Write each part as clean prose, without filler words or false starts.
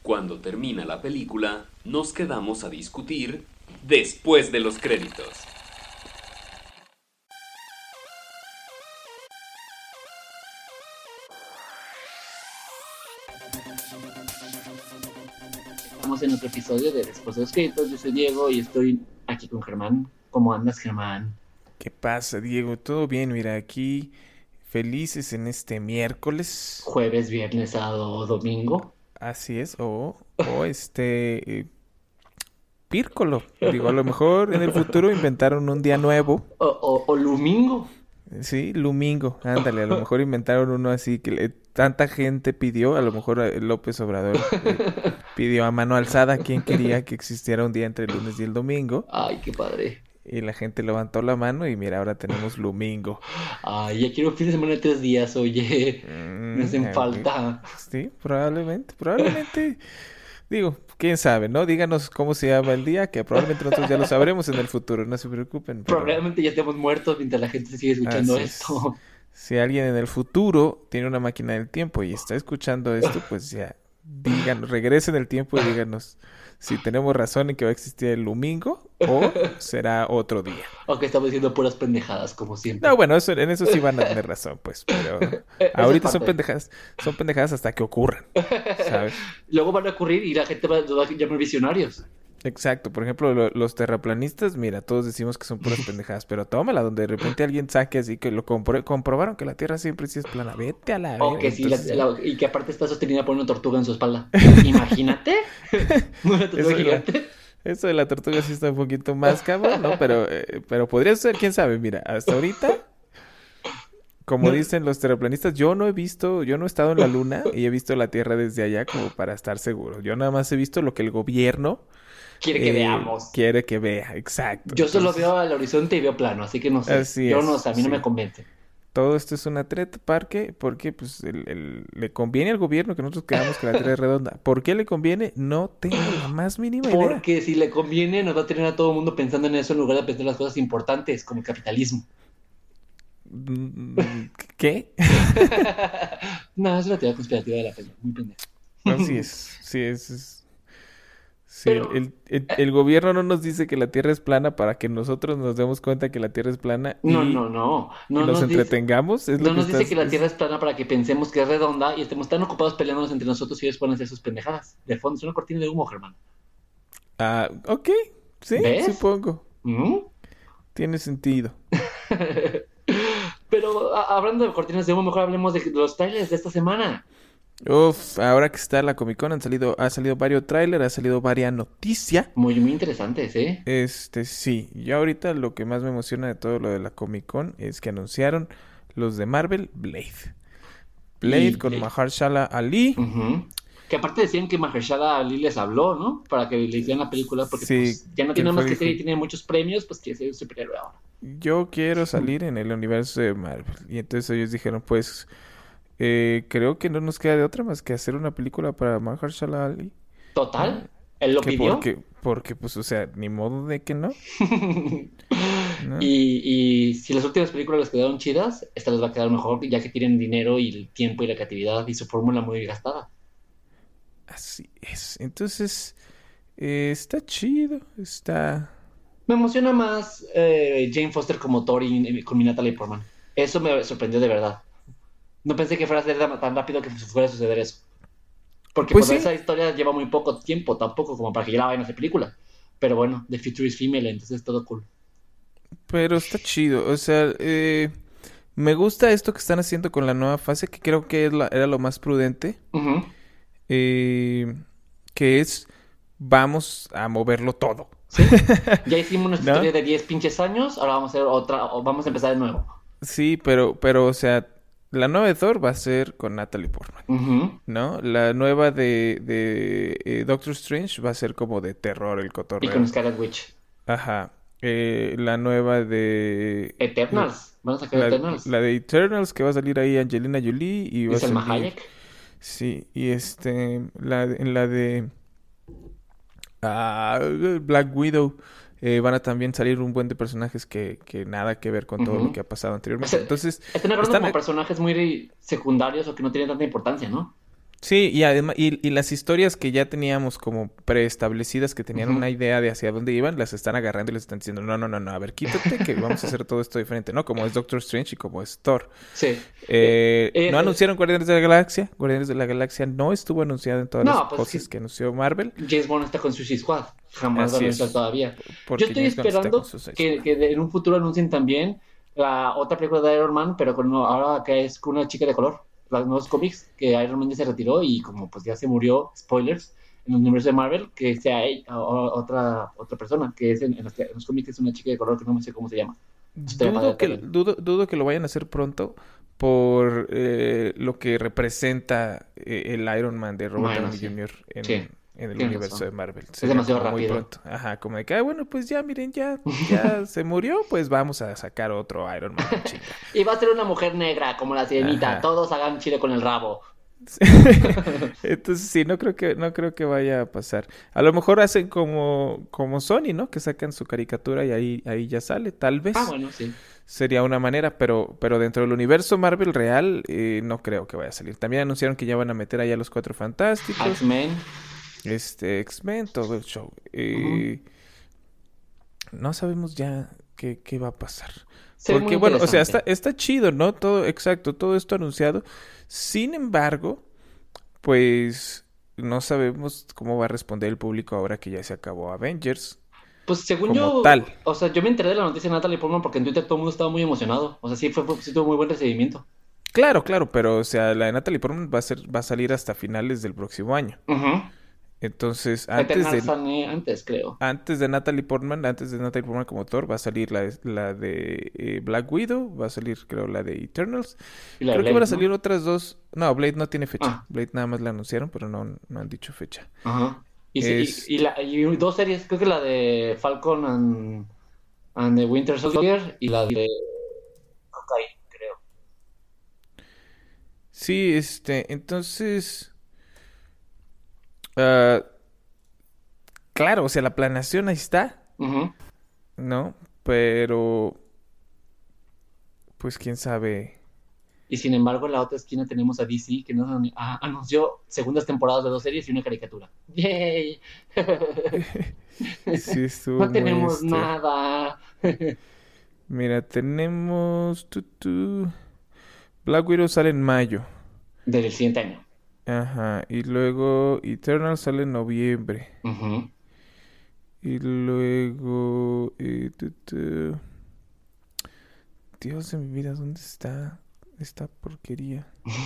Cuando termina la película, nos quedamos a discutir después de los créditos. Estamos en otro episodio de Después de los Créditos. Yo soy Diego y estoy aquí con Germán. ¿Cómo andas, Germán? ¿Qué pasa, Diego? ¿Todo bien? Mira, aquí felices en este miércoles. Jueves, viernes, sábado o domingo. Así es, pírcolo. Digo, a lo mejor en el futuro inventaron un día nuevo. O lumingo. Sí, lumingo, ándale, a lo mejor inventaron uno así que tanta gente pidió, a lo mejor López Obrador pidió a mano alzada quién quería que existiera un día entre el lunes y el domingo. Ay, qué padre. Y la gente levantó la mano y mira, ahora tenemos lumingo. Ay, ya quiero un fin de semana de 3 días, oye. Me hacen falta. Sí, probablemente. Digo, quién sabe, ¿no? Díganos cómo se llama el día, que probablemente nosotros ya lo sabremos en el futuro, no se preocupen. Pero... probablemente ya estemos muertos mientras la gente sigue escuchando así esto. Si alguien en el futuro tiene una máquina del tiempo y está escuchando esto, pues ya, díganos, regresen el tiempo y díganos si tenemos razón en que va a existir el domingo o será otro día. Aunque estamos diciendo puras pendejadas, como siempre. No, bueno, en eso sí van a tener razón, pues, pero ahorita son pendejadas hasta que ocurran, ¿sabes? Luego van a ocurrir y la gente va a llamar visionarios. Exacto, por ejemplo, los terraplanistas, mira, todos decimos que son puras pendejadas, pero tómala, donde de repente alguien saque así que lo comprobaron que la Tierra siempre sí es plana, vete a la verga. O que sí, y que aparte está sostenida por una tortuga en su espalda. Imagínate. Una tortuga gigante. Eso de la tortuga sí está un poquito más cabrón, ¿no? Pero podría ser, quién sabe, mira, hasta ahorita, como dicen los terraplanistas, yo no he estado en la luna y he visto la Tierra desde allá como para estar seguro. Yo nada más he visto lo que el gobierno quiere que veamos. Quiere que vea, exacto. Yo solo veo al horizonte y veo plano, así que no sé. Así yo es, no sé, a mí no me convence. Todo esto es una treta, porque pues le conviene al gobierno que nosotros creamos que la Tierra es redonda. ¿Por qué le conviene? No tengo la más mínima idea. Porque si le conviene nos va a tener a todo el mundo pensando en eso en lugar de pensar en las cosas importantes, como el capitalismo. ¿Qué? No, es una teoría conspirativa de la pena, muy pendeja. Así es, sí es. Sí, pero... el gobierno no nos dice que la Tierra es plana para que nosotros nos demos cuenta que la Tierra es plana y nos entretengamos. No nos dice que la Tierra es plana para que pensemos que es redonda y estemos tan ocupados peleándonos entre nosotros y ellos pueden hacer sus pendejadas. De fondo es una cortina de humo, Germán. Ah, ok. Sí, ¿ves? Supongo. Tiene sentido. Pero hablando de cortinas de humo, mejor hablemos de los trailers de esta semana. Ahora que está la Comic Con ha salido varios trailers, ha salido varias noticias. Muy interesantes, ¿eh? Sí. Yo ahorita lo que más me emociona de todo lo de la Comic Con es que anunciaron los de Marvel, Blade con Mahershala Ali. Que aparte decían que Mahershala Ali les habló, ¿no? Para que le hicieran la película, porque pues, ya no tiene más que ser y tiene muchos premios, pues quiere ser un superhéroe ahora. Yo quiero salir en el universo de Marvel. Y entonces ellos dijeron, pues... creo que no nos queda de otra más que hacer una película para Mahershala Ali. ¿Total? ¿Él lo pidió? Porque, pues, o sea, ni modo de que no. ¿No? Y si las últimas películas les quedaron chidas, esta les va a quedar mejor, ya que tienen dinero y el tiempo y la creatividad y su fórmula muy gastada. Así es. Entonces, está chido, Me emociona más Jane Foster como Tori con Natalie Portman. Eso me sorprendió de verdad. No pensé que fuera a ser tan rápido que fuera a suceder eso. Porque pues esa historia lleva muy poco tiempo, tampoco como para que ya la vayan a hacer película. Pero bueno, The Future is Female, entonces todo cool. Pero está chido, o sea, me gusta esto que están haciendo con la nueva fase, que creo que era lo más prudente. Que es, vamos a moverlo todo. ¿Sí? Ya hicimos nuestra historia de 10 pinches años, ahora vamos a hacer otra, o vamos a empezar de nuevo. Sí, pero, o sea... La nueva de Thor va a ser con Natalie Portman, ¿no? La nueva de Doctor Strange va a ser como de terror, el cotorreo. Y con Scarlet Witch. Ajá. La nueva de... Eternals. Van a sacar Eternals. La de Eternals, que va a salir ahí Angelina Jolie. Y Salma Hayek. Sí, y la de Black Widow... van a también salir un buen de personajes que nada que ver con todo lo que ha pasado anteriormente. Entonces, están agarrando como personajes muy secundarios o que no tienen tanta importancia, ¿no? Sí, y además, y las historias que ya teníamos como preestablecidas, que tenían una idea de hacia dónde iban, las están agarrando y les están diciendo, no, a ver, quítate que vamos a hacer todo esto diferente, ¿no? Como es Doctor Strange y como es Thor. Sí. ¿No anunciaron Guardianes de la Galaxia? Guardianes de la Galaxia no estuvo anunciada en todas las cosas que anunció Marvel. James Bond está con Suicide Squad. Jamás va a anunciar todavía. Yo estoy esperando que en un futuro anuncien también la otra película de Iron Man, pero ahora que es con una chica de color. Los nuevos cómics, que Iron Man ya se retiró y como pues ya se murió, spoilers, en el universo de Marvel, que sea otra persona, que es en los cómics es una chica de color que no sé cómo se llama. Dudo que lo vayan a hacer pronto por lo que representa el Iron Man de Robert Downey Jr. en el universo de Marvel. Es demasiado rápido. Muy pronto. Ajá, como de que, bueno, pues ya, miren, ya se murió, pues vamos a sacar otro Iron Man. Chinga. Y va a ser una mujer negra, como la sirenita. Ajá. Todos hagan chile con el rabo. Entonces sí, no creo que vaya a pasar. A lo mejor hacen como Sony, ¿no? Que sacan su caricatura y ahí ya sale, tal vez. Bueno, sí. Sería una manera, pero dentro del universo Marvel real no creo que vaya a salir. También anunciaron que ya van a meter allá a los Cuatro Fantásticos. X-Men. X-Men, todo el show. No sabemos ya qué va a pasar. Porque, bueno, o sea, está chido, ¿no? Todo esto anunciado. Sin embargo, pues no sabemos cómo va a responder el público ahora que ya se acabó Avengers. Pues según o sea, yo me enteré de la noticia de Natalie Portman porque en Twitter todo el mundo estaba muy emocionado. O sea, sí tuvo muy buen recibimiento. Claro, pero, o sea, la de Natalie Portman va a salir hasta finales del próximo año. Entonces, antes, creo. Antes de Natalie Portman como Thor, va a salir la de Black Widow, va a salir, creo, la de Eternals. Creo Blade, que van a salir otras dos. No, Blade no tiene fecha. Blade nada más la anunciaron, pero no han dicho fecha. Ajá. Y dos series, creo que la de Falcon and the Winter Soldier y la de Hawkeye, creo. Sí, entonces... claro, o sea, la planeación ahí está, ¿no? Pero, pues, quién sabe. Y sin embargo, en la otra esquina tenemos a DC, que nos anunció segundas temporadas de 2 series y una caricatura. ¡Yay! Sí, estuvo no tenemos nada. Mira, tenemos... Black Widow sale en mayo. Del siguiente año. Ajá, y luego Eternal sale en noviembre. Y luego... Dios de mi vida, ¿dónde está esta porquería?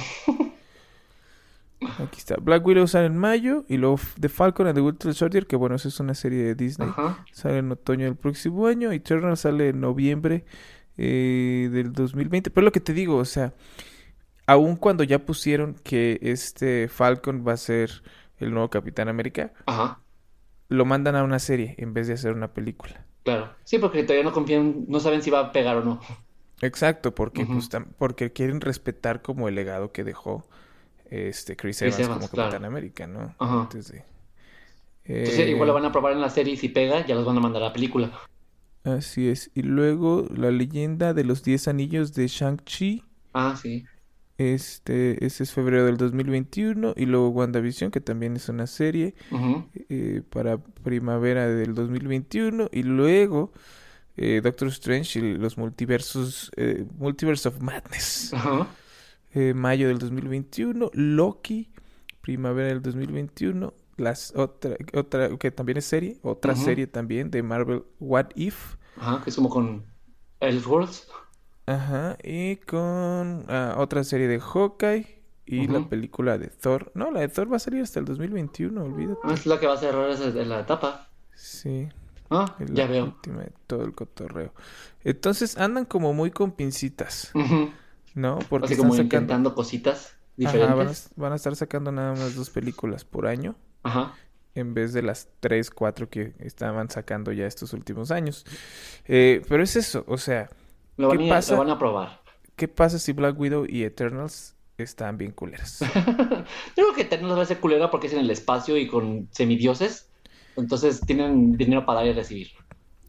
Aquí está. Black Widow sale en mayo. Y luego The Falcon and the Winter Soldier, que bueno, esa es una serie de Disney. Sale en otoño del próximo año. Eternal sale en noviembre del 2020. Pero lo que te digo, o sea... Aun cuando ya pusieron que Falcon va a ser el nuevo Capitán América, lo mandan a una serie en vez de hacer una película. Claro. Sí, porque todavía no confían, no saben si va a pegar o no. Exacto, porque porque quieren respetar como el legado que dejó Chris Evans como Capitán América, ¿no? Entonces igual lo van a probar en la serie y si pega, ya los van a mandar a la película. Así es. Y luego la leyenda de los 10 anillos de Shang-Chi. Sí. Ese es febrero del 2021. Y luego WandaVision, que también es una serie para primavera del 2021. Y luego Doctor Strange y los multiversos, Multiverse of Madness, mayo del 2021. Loki, primavera del 2021. Otra que también es serie, serie también de Marvel, What If, que es como con Elseworlds. Y con otra serie de Hawkeye y la película de Thor. No, la de Thor va a salir hasta el 2021, olvídate. Es la que va a cerrar la etapa. Sí. Ya veo. Última de todo el cotorreo. Entonces andan como muy con pincitas, ¿no? Porque así están como intentando cositas diferentes. Van a estar sacando nada más 2 películas por año. En vez de las 3, 4 que estaban sacando ya estos últimos años. Pero es eso, o sea... Lo van a probar. ¿Qué pasa si Black Widow y Eternals están bien culeras? Yo creo que Eternals va a ser culera porque es en el espacio y con semidioses. Entonces tienen dinero para dar y recibir.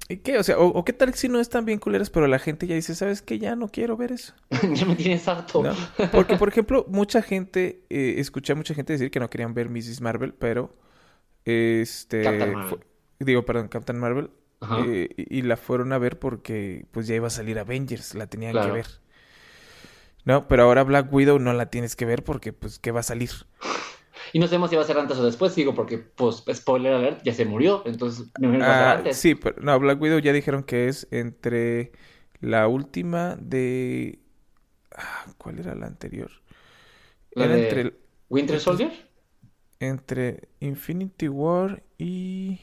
¿Y qué? O sea, o qué tal si no están bien culeras, pero la gente ya dice, ¿sabes qué? Ya no quiero ver eso, Ya me tienes harto. ¿no? Porque, por ejemplo, mucha gente, escuché a mucha gente decir que no querían ver Mrs. Marvel, pero, Captain este, Marvel. digo, perdón, Captain Marvel, Ajá, y la fueron a ver porque, pues, ya iba a salir Avengers, la tenían que ver, claro. ¿no? Pero ahora Black Widow no la tienes que ver porque, pues, ¿qué va a salir? Y no sabemos si va a ser antes o después, digo, porque, pues, spoiler alert, ya se murió. Entonces, me imagino que va a ser Ah, antes. sí, pero, no, Black Widow ya dijeron que es entre la última de... ¿cuál era la anterior? La Era entre, de Winter entre, Soldier. entre Infinity War y...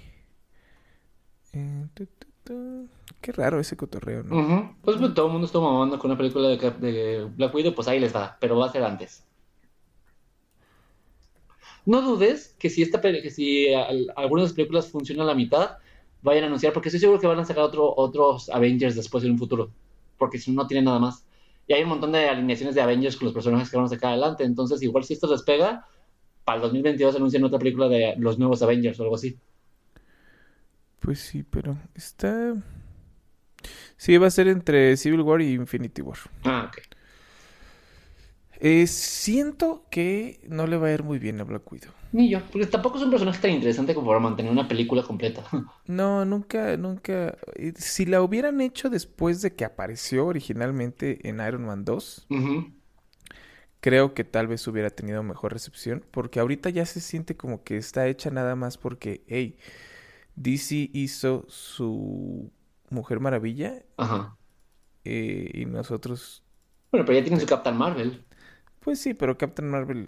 Qué raro ese cotorreo, ¿no? Ujú. Pues, todo el mundo estuvo mamando con una película de Black Widow, pues ahí les va, pero va a ser antes. No dudes que si algunas de las películas funcionan a la mitad, vayan a anunciar, porque estoy seguro que van a sacar otros Avengers después en un futuro, porque si no, no tienen nada más. Y hay un montón de alineaciones de Avengers con los personajes que van a sacar adelante, entonces igual si esto les pega, para el 2022 anuncian otra película de los nuevos Avengers o algo así. Pues sí, pero está... Sí, va a ser entre Civil War y Infinity War. Ah, ok. Siento que no le va a ir muy bien a Black Widow. Ni yo, porque tampoco es un personaje tan interesante como para mantener una película completa. No, nunca, nunca. Si la hubieran hecho después de que apareció originalmente en Iron Man 2, Ujú. creo que tal vez hubiera tenido mejor recepción, porque ahorita ya se siente como que está hecha nada más porque, hey, DC hizo su Mujer Maravilla Ajá. y nosotros, Bueno, pero ya tienen su te- Captain Marvel. pues sí, pero Captain Marvel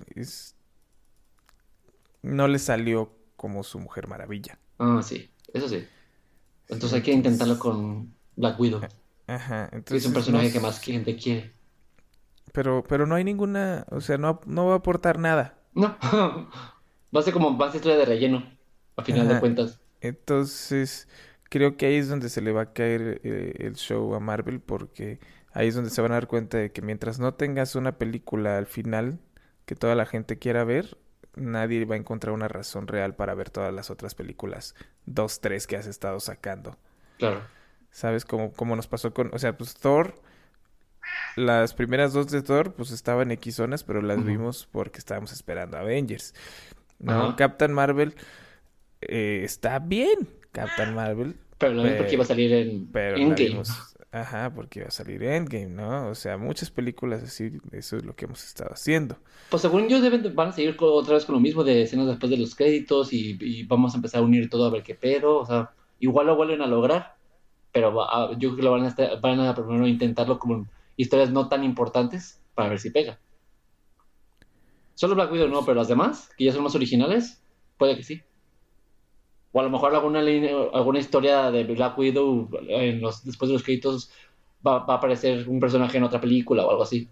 no le salió como su Mujer Maravilla. Ah, sí, eso sí. Sí, Entonces hay que intentarlo entonces, con Black Widow, ajá, que es un entonces no, personaje que más gente quiere. pero no hay ninguna, o sea, no, no va a aportar nada. No, va a ser como más historia de relleno, a final de Ajá. cuentas. Entonces, creo que ahí es donde se le va a caer el show a Marvel porque ahí es donde se van a dar cuenta de que mientras no tengas una película al final que toda la gente quiera ver, nadie va a encontrar una razón real para ver todas las otras películas, dos, tres que has estado sacando. Claro. ¿Sabes? Como nos pasó con, o sea, pues Thor, las primeras dos de Thor, pues estaban equisonas, pero las Ujú. vimos porque estábamos esperando Avengers, ¿no? Ajá. Captain Marvel está bien, Captain Marvel, Pero lo vi porque iba a pe- salir en pero la Endgame. vimos, ajá, porque iba a salir Endgame, ¿no? O sea, muchas películas así, eso es lo que hemos estado haciendo. Pues según yo van a seguir otra vez con lo mismo de escenas después de los créditos y vamos a empezar a unir todo a ver qué pedo. O sea, igual lo vuelven a lograr, pero yo creo que van a primero intentarlo como historias no tan importantes para ver si pega. Solo Black Widow no, Pues, pero las demás, que ya son más originales, puede que sí. O a lo mejor alguna historia de Black Widow después de los créditos va a aparecer un personaje en otra película o algo así.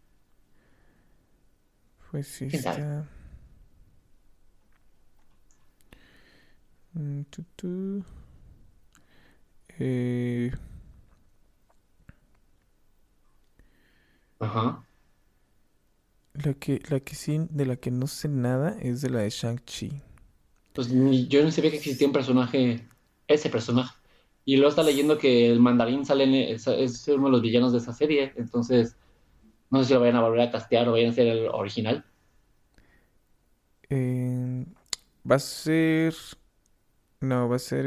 pues sí ¿Quién sabe? está. Tu. Eh, Ajá. la que sí, de la que no sé nada es de la de Shang-Chi. Pues yo no sabía que existía un personaje, ese personaje. Y luego está leyendo que el mandarín es uno de los villanos de esa serie. Entonces, no sé si lo vayan a volver a castear o vayan a ser el original. Eh, va a ser. No, va a ser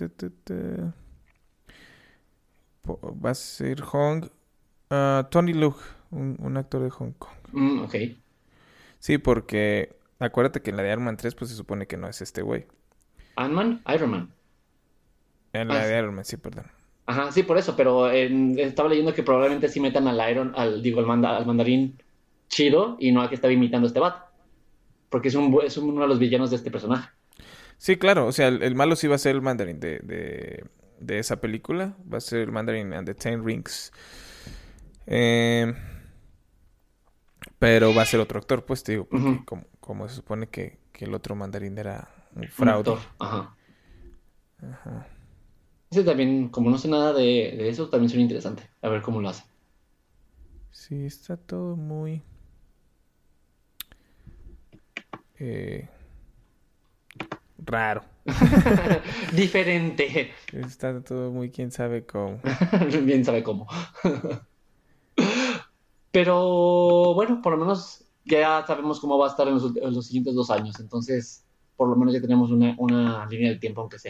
va a ser Tony Leung, un actor de Hong Kong. Ok. Sí, porque acuérdate que en la de Iron Man 3 pues se supone que no es este güey. Ant-Man, Iron Man. En Ah, la de Iron Man, sí, perdón. ajá, sí, por eso, pero estaba leyendo que probablemente sí metan al mandarín chido y no al que estaba imitando a este vato, porque es uno de los villanos de este personaje. Sí, claro, o sea, el malo sí va a ser el Mandarin de esa película. Va a ser el Mandarin and the Ten Rings. Eh, pero va a ser otro actor, pues te digo, porque Ujú. como se supone que el otro Mandarín era un Un actor, fraude. ajá. Ajá. Ese también, como no sé nada de eso, también suena interesante. A ver cómo lo hace. Sí, está todo muy... eh, raro. Diferente. Está todo muy quién sabe cómo. Bien sabe cómo. Pero bueno, por lo menos ya sabemos cómo va a estar en los siguientes 2 años. Entonces, por lo menos ya tenemos una línea del tiempo, aunque sea.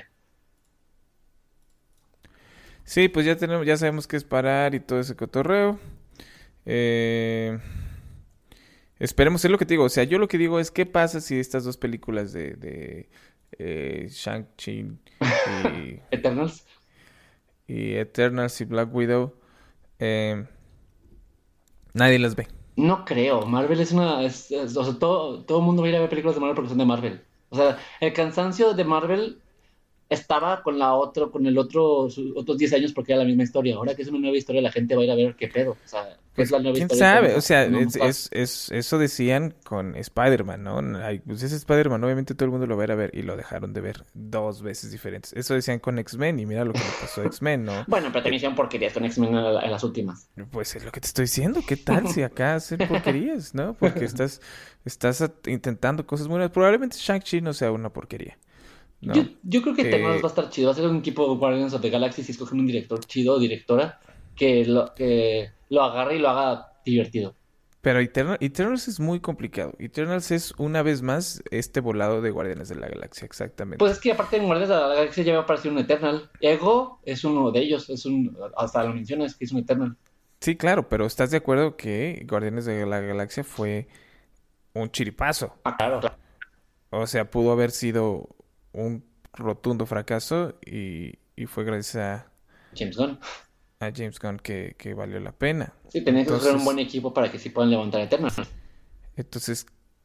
Sí, pues ya sabemos qué es parar y todo ese cotorreo. Eh, Esperemos, es lo que te digo. O sea, yo lo que digo es, ¿qué pasa si estas dos películas de Shang-Chi y, Eternals. y Eternals y Black Widow, eh, nadie las ve? No creo. Marvel o sea, todo el mundo va a ir a ver películas de Marvel porque son de Marvel. O sea, el cansancio de Marvel estaba con el otros 10 años porque era la misma historia. Ahora que es una nueva historia, la gente va a ir a ver qué pedo. O sea, ¿qué es Pues la nueva quién historia que sabe, vamos o sea, vamos a- eso decían con Spider-Man, ¿no? Pues ese Spider-Man, obviamente todo el mundo lo va a ir a ver y lo dejaron de ver dos veces diferentes. Eso decían con X-Men y mira lo que le pasó a X-Men, ¿no? Bueno, pero Eh, también hicieron porquerías con X-Men en las últimas. Pues es lo que te estoy diciendo, ¿qué tal si acá hacen porquerías, ¿no? Porque estás intentando cosas buenas. Probablemente Shang-Chi no sea una porquería, ¿no? Yo creo que Eternals va a Eh, estar chido. Va a ser un equipo Guardians of the Galaxy si escogen un director chido o directora que lo agarre y lo haga divertido. pero Eternals es muy complicado. Eternals es una vez más este volado de Guardianes de la Galaxia, Pues exactamente. es que aparte en Guardians of the Galaxy ya va a aparecer un Eternal. Ego es uno de ellos. Hasta lo mencionas que es un Eternal. Sí, claro, pero ¿estás de acuerdo que Guardianes de la Galaxia fue un chiripazo? Ah, claro. O sea, pudo haber sido un rotundo fracaso y fue gracias James Gunn. a James Gunn que valió la pena. Sí, tenía que escoger un buen Entonces, equipo para que sí puedan levantar Eternal. entonces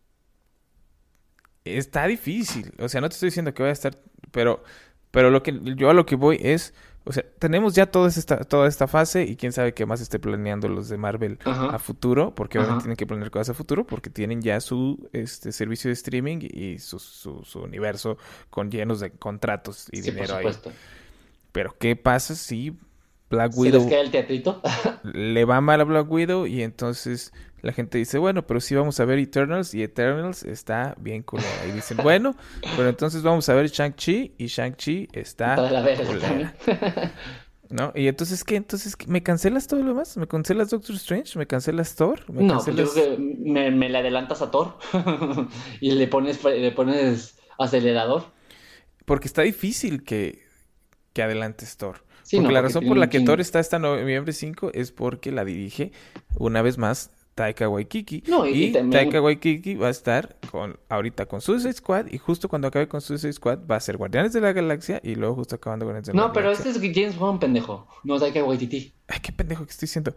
está difícil. O sea, no te estoy diciendo que vaya a estar, pero yo a lo que voy es, o sea, tenemos ya toda esta fase y quién sabe qué más esté planeando los de Marvel a Ajá, futuro, porque obviamente ajá. tienen que planear cosas a futuro, porque tienen ya su servicio de streaming y su universo con llenos de contratos y Sí, por dinero ahí. supuesto. Pero ¿qué pasa si Black ¿Se les Widow cae el teatrito? le va mal a Black Widow y entonces la gente dice, bueno, pero sí vamos a ver Eternals y Eternals está bien culera. Y dicen, bueno, pero entonces vamos a ver Shang-Chi y Shang-Chi Está está de la verga también. culera, ¿no? Y entonces, ¿qué? Entonces, ¿me cancelas todo lo demás? ¿Me cancelas Doctor Strange? ¿Me cancelas Thor? ¿Me No, pues yo cancelas...? creo que me le adelantas a Thor y le pones acelerador. Porque está difícil que adelantes Thor. Sí, Porque no, la porque razón tiene por la un que Thor chingo. está hasta noviembre 5 es porque la dirige una vez más Taika Waititi. No, y Y Taika también. Waititi va a estar ahorita con Suicide Squad y justo cuando acabe con Suicide Squad va a ser Guardianes de la Galaxia y luego justo acabando Guardianes de la No, pero Galaxia. este es James Wan, pendejo. No, Taika Waititi. Ay, qué pendejo que estoy diciendo.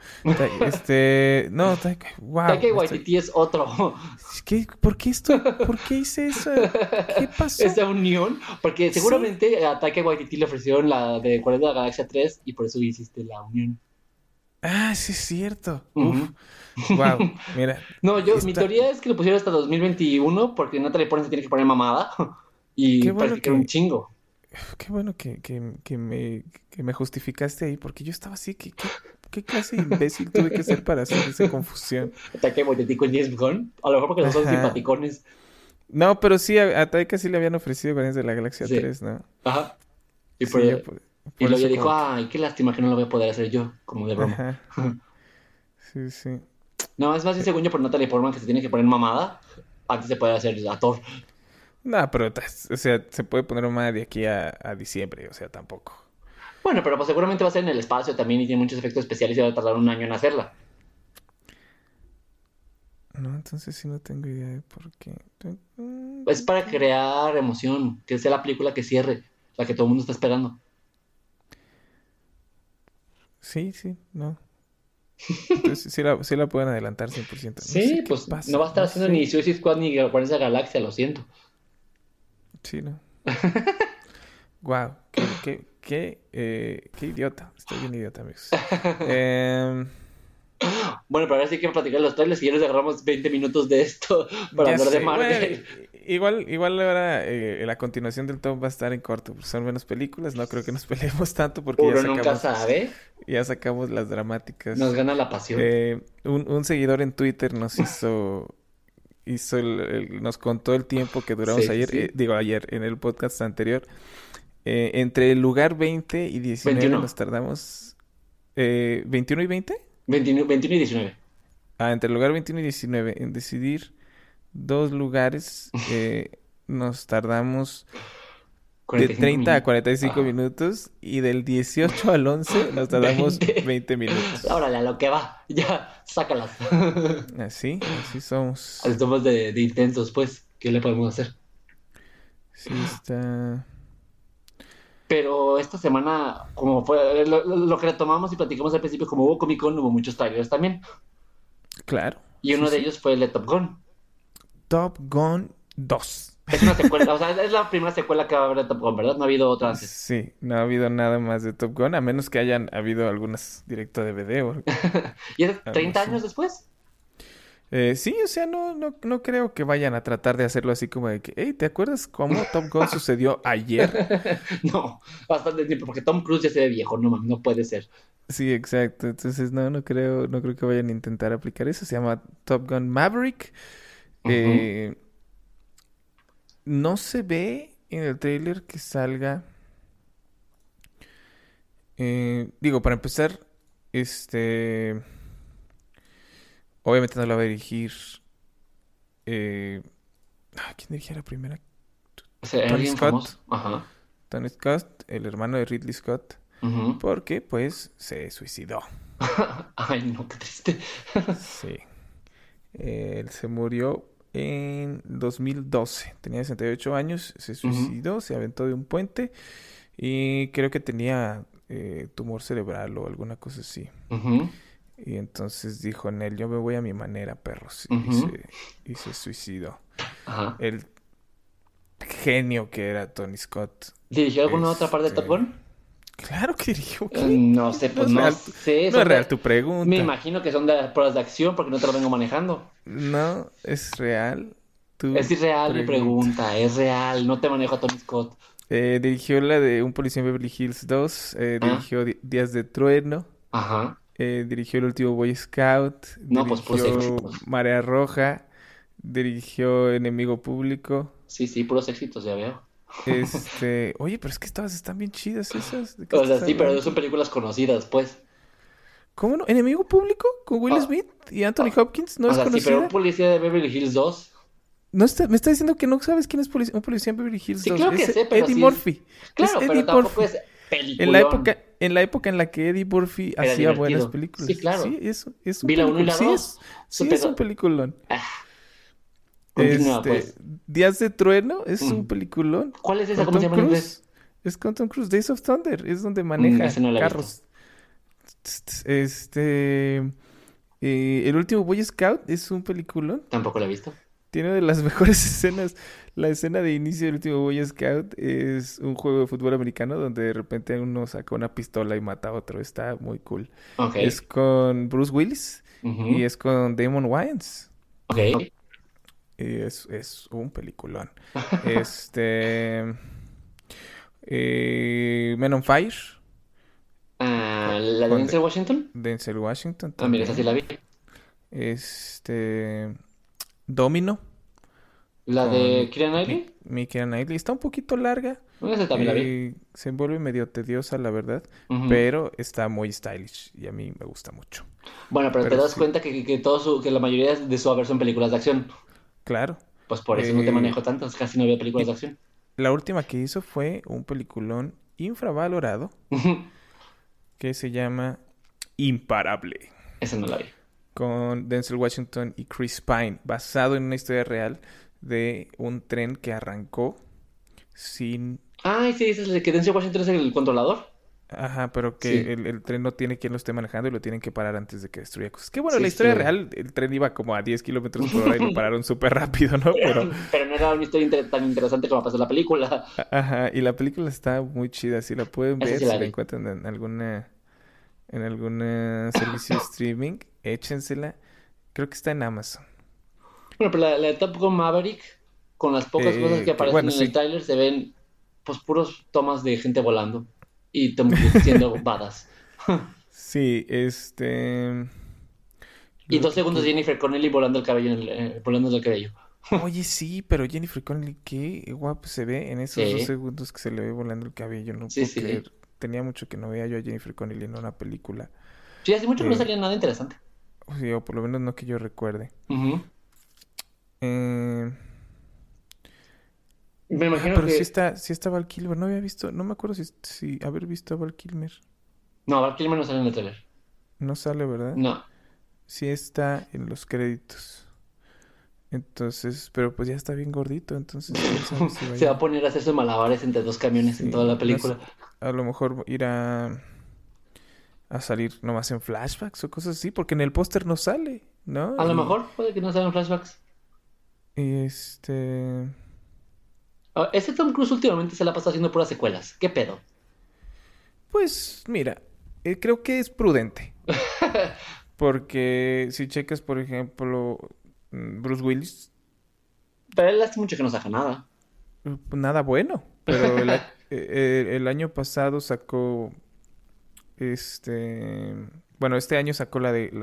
No, Taika, Taika wow, Waititi es otro. ¿Por qué hice eso? ¿Qué pasó? Esa unión, porque Sí. seguramente a Taika Waititi le ofrecieron la de Guardianes de la Galaxia 3 y por eso hiciste la unión. Ah, sí es cierto. Uf, Ujú. wow, mira, No, mi está, teoría es que lo pusieron hasta 2021 porque Natalie Portman se tiene que poner mamada y qué bueno practicar un que, chingo. Qué bueno que me justificaste ahí, porque yo estaba así, ¿qué clase de imbécil tuve que ser para hacer esa confusión? Taika Waititi con James Gunn, a lo mejor porque no son Ajá. simpaticones. No, pero sí, a Taika sí le habían ofrecido Guardianes de la Galaxia Sí, 3, ¿no? ajá. Y, por, Sí, y por luego ya eso dijo, como que... ay, qué lástima que no lo voy a poder hacer yo, como de broma. Ajá, sí, sí. No, es más bien según yo por Natalie Portman que se tiene que poner mamada antes de poder hacer a Thor. No, pero, o sea, se puede poner más de aquí a diciembre, o sea, tampoco. Bueno, pero pues seguramente va a ser en el espacio también y tiene muchos efectos especiales y va a tardar un año en hacerla. No, entonces sí no tengo idea de por qué. Es para crear emoción, que sea la película que cierre, la que todo el mundo está esperando. Sí, sí, no. Entonces sí la pueden adelantar 100%. No sé Sí, qué pues no pasa, va a estar no haciendo ni sé. Suicide Squad ni Guardianes de la Galaxia, lo siento. Sí, no. Wow, qué idiota. Estoy bien idiota, amigos. Em, Bueno, pero ahora sí que platicar los trailers y ya nos agarramos 20 minutos de esto para ya hablar de sé. Bueno, Marvel. igual ahora la continuación del top va a estar en corto, porque son menos películas. No creo que nos peleemos tanto porque Uno nunca sabe, ya sacamos las nos dramáticas. gana la pasión. Un seguidor en Twitter nos hizo nos contó el tiempo que duramos Sí, ayer, sí. ayer, en el podcast anterior. Entre el lugar 20 y 19 21. nos tardamos... ¿21 y 20? 21, 21 y 19. Entre el lugar 21 y 19 en decidir dos lugares nos tardamos de 45 30 a minutos. 45 minutos y del 18 al 11 nos tardamos 20 minutos. Órale, a lo que va. Ya, sácalas. Así somos. Estamos de intensos, pues. ¿Qué le podemos hacer? Sí, está... Pero esta semana, como fue lo que retomamos y platicamos al principio, como hubo Comic Con, hubo muchos trailers también. Claro. Y uno de ellos fue el de Top Gun. Top Gun 2. Es una secuela, o sea, es la primera secuela que va a haber de Top Gun, ¿verdad? No ha habido otra antes. Sí, no ha habido nada más de Top Gun, a menos que hayan habido algunas directo a DVD o algo. ¿Y es Algo 30 así. años después? Sí, o sea, no creo que vayan a tratar de hacerlo así como de que, hey, ¿te acuerdas cómo Top Gun sucedió ayer? No, bastante tiempo, porque Tom Cruise ya se ve viejo, no mames, no puede ser. Sí, exacto. Entonces, no creo que vayan a intentar aplicar eso. Se llama Top Gun Maverick. Ujú. No se ve en el trailer que salga. Digo, para empezar, obviamente no la va a dirigir. ¿Quién dirigía la primera? O sea, Tony alguien Scott. famoso. Ajá. Tony Scott, el hermano de Ridley Scott, Ujú. porque pues se suicidó. Ay, no, qué triste. Sí. Él se murió en 2012. Tenía 68 años, se Ujú. suicidó, se aventó de un puente y creo que tenía tumor cerebral o alguna cosa así. Ujú. Y entonces dijo en él, yo me voy a mi manera, perros. Ujú. Y se suicidó. Ajá. El genio que era Tony Scott. ¿Dirigió alguna otra parte de Top Gun? Claro que dirigió. ¿Qué? No sé, No pues es no real, sé. no son es real de- tu Me pregunta. imagino que son de pruebas de acción porque no te lo vengo manejando. No, es real tu Es irreal mi pregunta, es real, no te manejo a Tony Scott. Dirigió la de Un policía en Beverly Hills 2, Ah, dirigió Días de Trueno, ajá. dirigió El último Boy Scout, No, pues puros dirigió éxitos. Marea Roja, dirigió Enemigo Público. Sí, sí, puros éxitos, ya veo. Oye, pero es que todas están bien chidas esas. ¿De qué O sea, estás sí, pero hablando? son películas conocidas, pues. ¿Cómo no? ¿Enemigo Público? ¿Con Will Ah, Smith y Anthony ah, Hopkins? ¿No o es sea, sí, pero un conocida? policía de Beverly Hills 2. Me está diciendo que no sabes quién es Un policía en Beverly Hills Sí, 2. claro que Es sé, pero Eddie sí es. Murphy. Es Claro, pero Eddie tampoco Murphy. es En la peliculón. época en la que Eddie Murphy Era hacía buenas divertido. películas. Sí, claro. Sí, es un Vi la 1 y película. la 2. Sí es un Pero. peliculón. Ah, continúa, pues. Días de Trueno es un Mm. peliculón. ¿Cuál es esa? Con ¿Cómo se Tom llama en inglés? Cruise. Es con Tom Cruise. Days of Thunder. Es donde maneja Ese no la he visto. carros. El último Boy Scout es un peliculón. Tampoco la he visto. Tiene una de las mejores escenas. La escena de inicio del último Boy Scout es un juego de fútbol americano donde de repente uno saca una pistola y mata a otro. Está muy cool. Ok. Es con Bruce Willis y Ujú. es con Damon Wayans. Ok. Y es un peliculón. Este... Men on Fire Ah, ¿la de con Denzel Washington? Denzel Washington Ah, mira, esa sí también. la vi. Domino ¿La con de Keira Knightley? Keira Knightley. Está un poquito larga. Esa también la vi. Se envuelve medio tediosa, la verdad. Ujú. Pero está muy stylish y a mí me gusta mucho. Bueno, pero te Pero das sí, cuenta que la mayoría de su haber son películas de acción. claro. Pues por eso no te Eh, manejo tantas, casi no veo películas y de acción. la última que hizo fue un peliculón infravalorado que se llama Imparable, Esa no la vi. con Denzel Washington y Chris Pine, basado en una historia real de un tren que arrancó sin... Ay, sí, esa es la que Denzel Washington es el controlador. Ajá, pero que Sí, el tren no tiene quien lo esté manejando y lo tienen que parar antes de que destruya cosas. Que bueno, sí, la sí historia lo vi. real, el tren iba como a 10 kilómetros por hora y lo pararon súper rápido, ¿no? Pero, Pero no era una historia tan interesante como pasó en la película. ajá, y la película está muy chida. Si la pueden Esa ver, sí si la la vi. encuentran en algún servicio de streaming, échensela. Creo que está en Amazon. Bueno, pero la de Top Gun Maverick, con las pocas cosas que aparecen Bueno, en el sí. tráiler, se ven pues puros tomas de gente volando y Tom Cruise siendo badass. Sí, Y Luego, 2 segundos de Jennifer Connelly volando el cabello, volando el cabello. Oye, sí, pero Jennifer Connelly, qué guapo se ve en esos 2 segundos que se le ve volando el cabello. No Sí, puedo sí. creer. Tenía mucho que no veía yo a Jennifer Connelly en una película. Sí, hace mucho que no Eh, salía nada interesante. sí, o por lo menos no que yo recuerde. Ujú. Eh, Me imagino pero que... sí está Val Kilmer. No había visto, no me acuerdo si haber visto a Val Kilmer. No, Val Kilmer no sale en el trailer. No sale, ¿verdad? No. Sí está en los créditos. Entonces, pero pues ya está bien gordito, entonces quién sabe si Se va a vaya. poner a hacer sus malabares entre 2 camiones en Sí, toda la no sé, película. a lo mejor a salir nomás en flashbacks o cosas así, porque en el póster no sale, ¿no? A lo Y mejor puede que no salgan flashbacks. este, Este Tom Cruise últimamente se la pasa haciendo puras secuelas. ¿Qué pedo? pues mira, creo que es prudente, porque si checas, por ejemplo, Bruce Willis, Pero él hace mucho que no saca nada. nada bueno, pero el año pasado sacó, este, bueno, este año sacó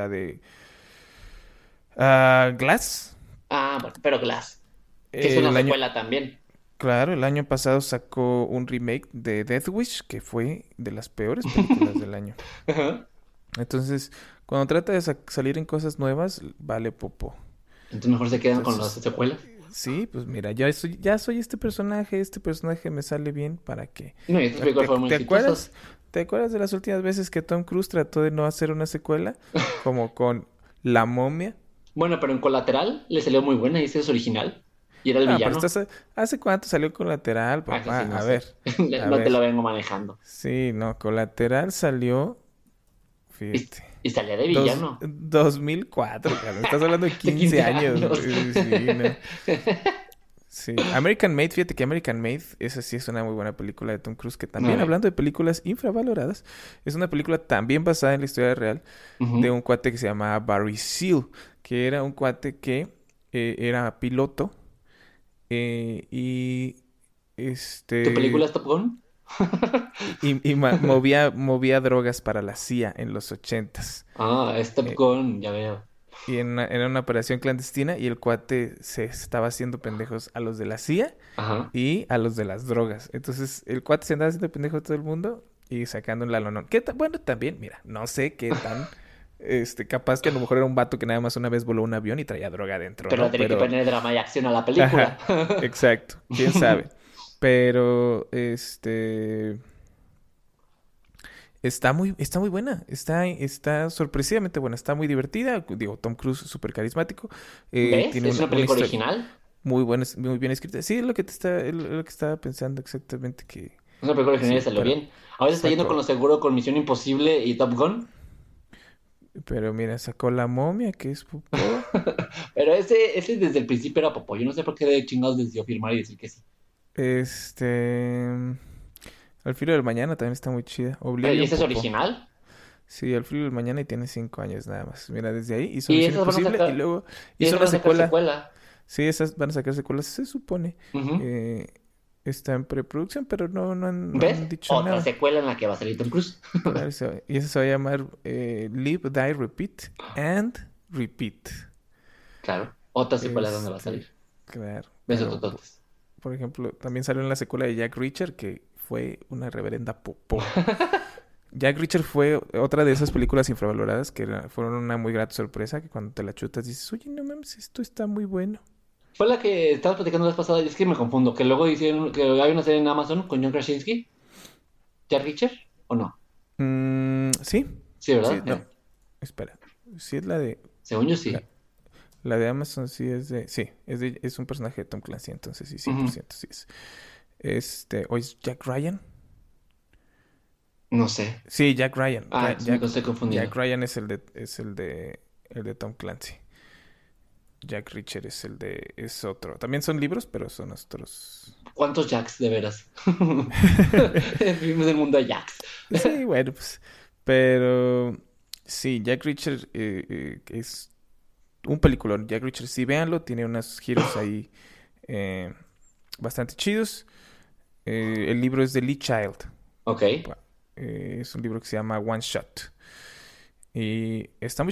la de Glass. Ah, bueno, pero Glass, que es una El año, secuela también. claro, el año pasado sacó un remake de Death Wish, que fue de las peores películas del año. Ajá. Entonces, cuando trata de salir en cosas nuevas, vale popo. Entonces mejor se quedan con las Entonces, secuelas. sí, pues mira, ya soy este personaje me sale bien, ¿para qué? No, y estas películas fueron muy ¿Te exitosas. acuerdas? ¿Te acuerdas de las últimas veces que Tom Cruise trató de no hacer una secuela? Como con La Momia. Bueno, pero en Colateral le salió muy buena y ese es original. Y era el No, pero villano. ¿hace cuánto salió Colateral, Ah, eso papá? sí, no A sé. ver, a No te lo ver. vengo manejando. Sí, no, Colateral salió, Y, fíjate, y salía de villano. 2004, cabrón. Estás hablando de De 15 15 años. años. Sí, no. Sí, American Made, fíjate que American Made, esa sí es una muy buena película de Tom Cruise, que también, Ay. hablando de películas infravaloradas, es una película también basada en la historia real de Ujú. un cuate que se llamaba Barry Seal, que era un cuate que era piloto y ¿Tu película este es Top Gun? movía drogas para la CIA en los 80s. Ah, es Top Gun, ya veo. Y era una operación clandestina y el cuate se estaba haciendo pendejos a los de la CIA Ajá. y a los de las drogas. Entonces el cuate se andaba haciendo pendejo a todo el mundo y sacando un lalonón. Bueno, también, mira, no sé qué tan capaz que a lo mejor era un vato que nada más una vez voló un avión y traía droga adentro, Pero ¿no? tiene que Pero, poner drama y acción a la película. ajá, exacto, quién sabe. Pero está muy buena, está sorpresivamente buena, está muy divertida. Digo, Tom Cruise súper carismático, ¿Ves? tiene Es una una película historia original. muy buena, muy bien escrita. Sí, es lo que estaba pensando exactamente que Es una película original y sí, salió bien. Ahora está yendo con lo sacó, seguro con Misión Imposible y Top Gun. pero mira, sacó La Momia, que es popó. Pero ese desde el principio era popó. Yo no sé por qué de chingados decidió firmar y decir que sí. Este, Al filo del mañana también está muy chida. ¿Y Oblivion ese es popó. original? Sí, Al filo del mañana y tiene 5 años nada más. Mira, desde ahí hizo Y Misión esas van a Imposible y sacar. luego Y hizo esas una van a sacar secuela. secuela. Sí, esas van a sacar secuelas, se supone. Ujú. Eh, Está en preproducción, pero no han ¿Ves? dicho Otra nada. secuela en la que va a salir Tom Cruise. Claro, y eso se va a llamar Live, Die, Repeat and Repeat. Claro. Otra secuela donde va a Este, salir. claro, Besos pero tototes. por ejemplo, también salió en la secuela de Jack Reacher, que fue una reverenda popó. Jack Reacher fue otra de esas películas infravaloradas que fueron una muy grata sorpresa, que cuando te la chutas dices, oye, no mames, esto está muy bueno. Fue la que estabas platicando la vez pasada, y es que me confundo, que luego hicieron, que hay una serie en Amazon con John Krasinski, Jack Reacher, ¿o no? Sí, Sí, sí, ¿verdad? no, espera. Sí es la de Según yo la, sí. la de Amazon, es un personaje de Tom Clancy, entonces sí, Ujú. 100% sí es. ¿O es Jack Ryan? No sé. Sí, Jack Ryan. Ah, entonces me estoy Jack confundido. Ryan es el de Tom Clancy. Jack Reacher es otro. También son libros, pero son otros. ¿Cuántos Jacks, de veras? Vivimos en el mundo de Jacks. Sí, bueno, pues. Pero sí, Jack Reacher es un peliculón. Jack Reacher, sí, véanlo. Tiene unos giros ahí eh, bastante chidos. El libro es de Lee Child. Ok. Es un libro que se llama One Shot. Y está muy chido.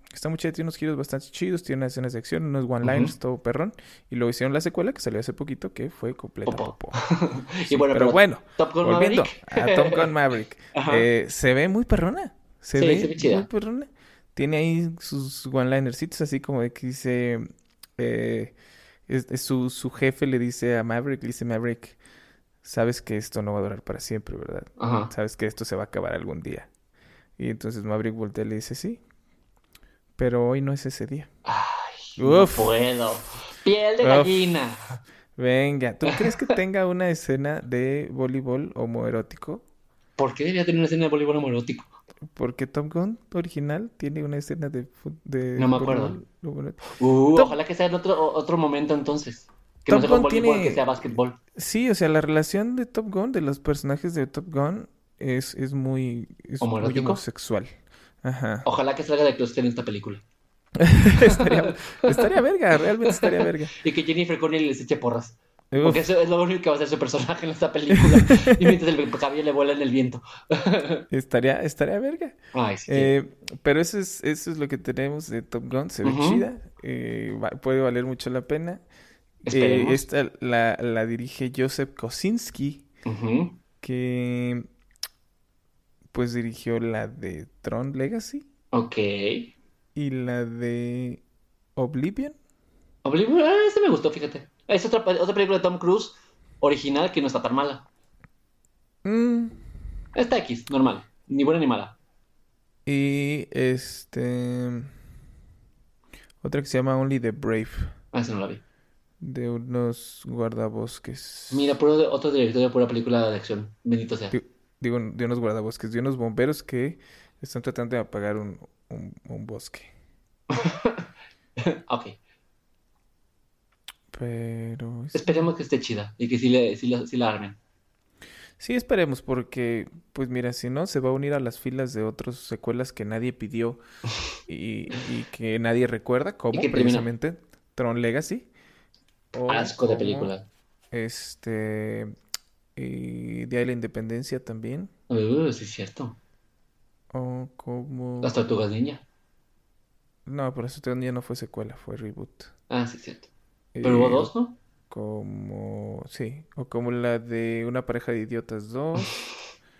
Está muy chida, tiene unos giros bastante chidos, tiene unas escenas de acción, unos one-liners, Ujú. todo perrón. Y luego hicieron la secuela que salió hace poquito, que fue completa Popó. popó. Y Sí, bueno, pero pero bueno, Top Gun volviendo Maverick. a Top Gun Maverick. Ajá. Se ve muy perrona. Se Sí, se ve ve muy chida. perrona. Tiene ahí sus one-linercitos, así como de que dice... eh, su jefe le dice a Maverick, le dice Maverick, sabes que esto no va a durar para siempre, ¿verdad? Ajá. Sabes que esto se va a acabar algún día. Y entonces Maverick voltea y le dice, sí, pero hoy no es ese día. Ay, no puedo. Uf, Piel de uf. gallina. Venga, ¿tú crees que tenga una escena de voleibol homoerótico? ¿Por qué debía tener una escena de voleibol homoerótico? Porque Top Gun original tiene una escena de No me acuerdo. voleibol homoerótico. Top, Ojalá que sea en otro momento entonces. Que no Top sea con Gun voleibol, que sea tiene... básquetbol. Sí, o sea, la relación de Top Gun, de los personajes de Top Gun, es muy ¿Homoerótico? homosexual. Ajá. Ojalá que salga de closet en esta película. Estaría, estaría verga, realmente estaría verga. Y que Jennifer Connelly les eche porras. Porque Uf. eso es lo único que va a hacer su personaje en esta película. Y mientras el cabello le vuela en el viento. Estaría verga. Ay, sí quiero. Pero eso es lo que tenemos de Top Gun. Se ve Ujú. chida. Puede valer mucho la pena. Esperemos. Esta la dirige Joseph Kosinski, Ujú. que pues dirigió la de Tron Legacy Ok. y la de Oblivion. Oblivion, ese me gustó, fíjate. Es otra película de Tom Cruise original que no está tan mala. Mm, Está X, normal. Ni buena ni mala. y otra que se llama Only the Brave, Esa no la vi. de unos Mira, guardabosques. otro director de pura película de acción. Bendito sea. Di- Digo, de unos guardabosques, de unos bomberos que están tratando de apagar un bosque. Ok. Pero Esperemos que esté chida y que sí la armen. sí, esperemos, porque, pues mira, si no, se va a unir a las filas de otras secuelas que nadie pidió y que nadie recuerda, Y como que termina precisamente Tron Legacy, o asco de como película. este Día de la Independencia también, Sí es cierto. o como... Las tortugas ninja. No, pero eso ya no fue secuela, fue reboot. Sí es cierto. Pero hubo O dos, ¿no? como... Sí, o como la de Una pareja de idiotas 2.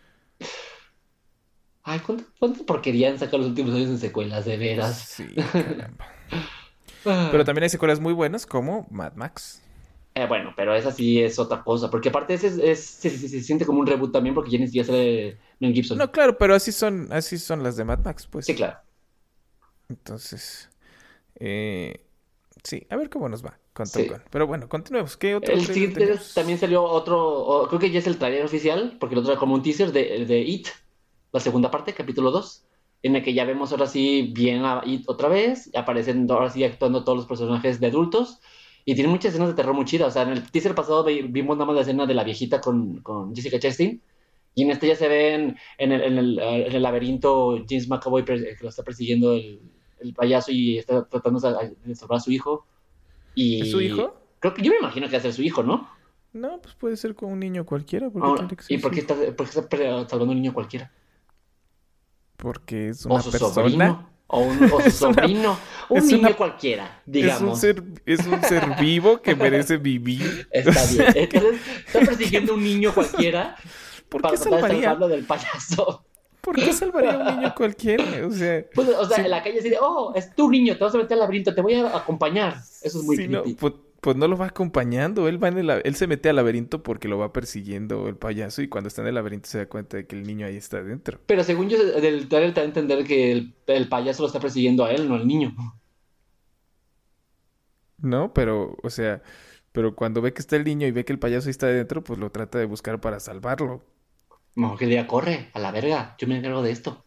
Ay, ¿cuánta porquería han sacado los últimos años en secuelas, de veras? Sí, caramba. Pero Ah, también hay secuelas muy buenas como Mad Max. bueno, pero esa sí es otra cosa. Porque aparte ese se siente como un reboot también porque ya ni siquiera sale Mel Gibson. No, claro, pero así son las de Mad Max, Sí, pues. claro. Entonces, eh, sí, a ver cómo nos va con Top Gun. Sí. Pero bueno, continuemos. ¿Qué otro El trailer siguiente también tenemos? salió creo que ya es el trailer oficial, porque el otro era como un teaser de It, la segunda parte, capítulo 2 en el que ya vemos ahora sí bien a It otra vez, aparecen ahora sí actuando todos los personajes de adultos, y tiene muchas escenas de terror muy chidas. O sea, en el teaser pasado vimos nada más la escena de la viejita con Jessica Chastain, y en este ya se ven en el laberinto James McAvoy que lo está persiguiendo el payaso y está tratando de salvar a su hijo. ¿Es su Y hijo? creo que yo me imagino que va a ser su hijo, ¿no? No, pues puede ser con un niño cualquiera. ¿Por qué tiene que ¿Y ser su hijo? por qué está salvando a un niño cualquiera? Porque es O una su persona. sobrino, o su Es una, sobrino, un es niño una, cualquiera, es un digamos. ser vivo que merece vivir. O Está bien. sea, Entonces, está persiguiendo a un niño cualquiera ¿por qué para tratar de salvaría? salvarlo del payaso. ¿Por qué salvaría a un niño cualquiera? O sea, Pues, o sea, en si, la calle así de, es tu niño, te vas a meter al laberinto, te voy a acompañar. Eso es muy si no, creepy. pues no lo va acompañando. Él se mete al laberinto porque lo va persiguiendo el payaso y cuando está en el laberinto se da cuenta de que el niño ahí está adentro. Pero según yo, del trailer te da a entender que el payaso lo está persiguiendo a él, no al niño. ¿No? Pero, o sea, pero cuando ve que está el niño y ve que el payaso ahí está adentro, pues lo trata de buscar para salvarlo. No, que día corre, a la verga, yo me encargo de esto.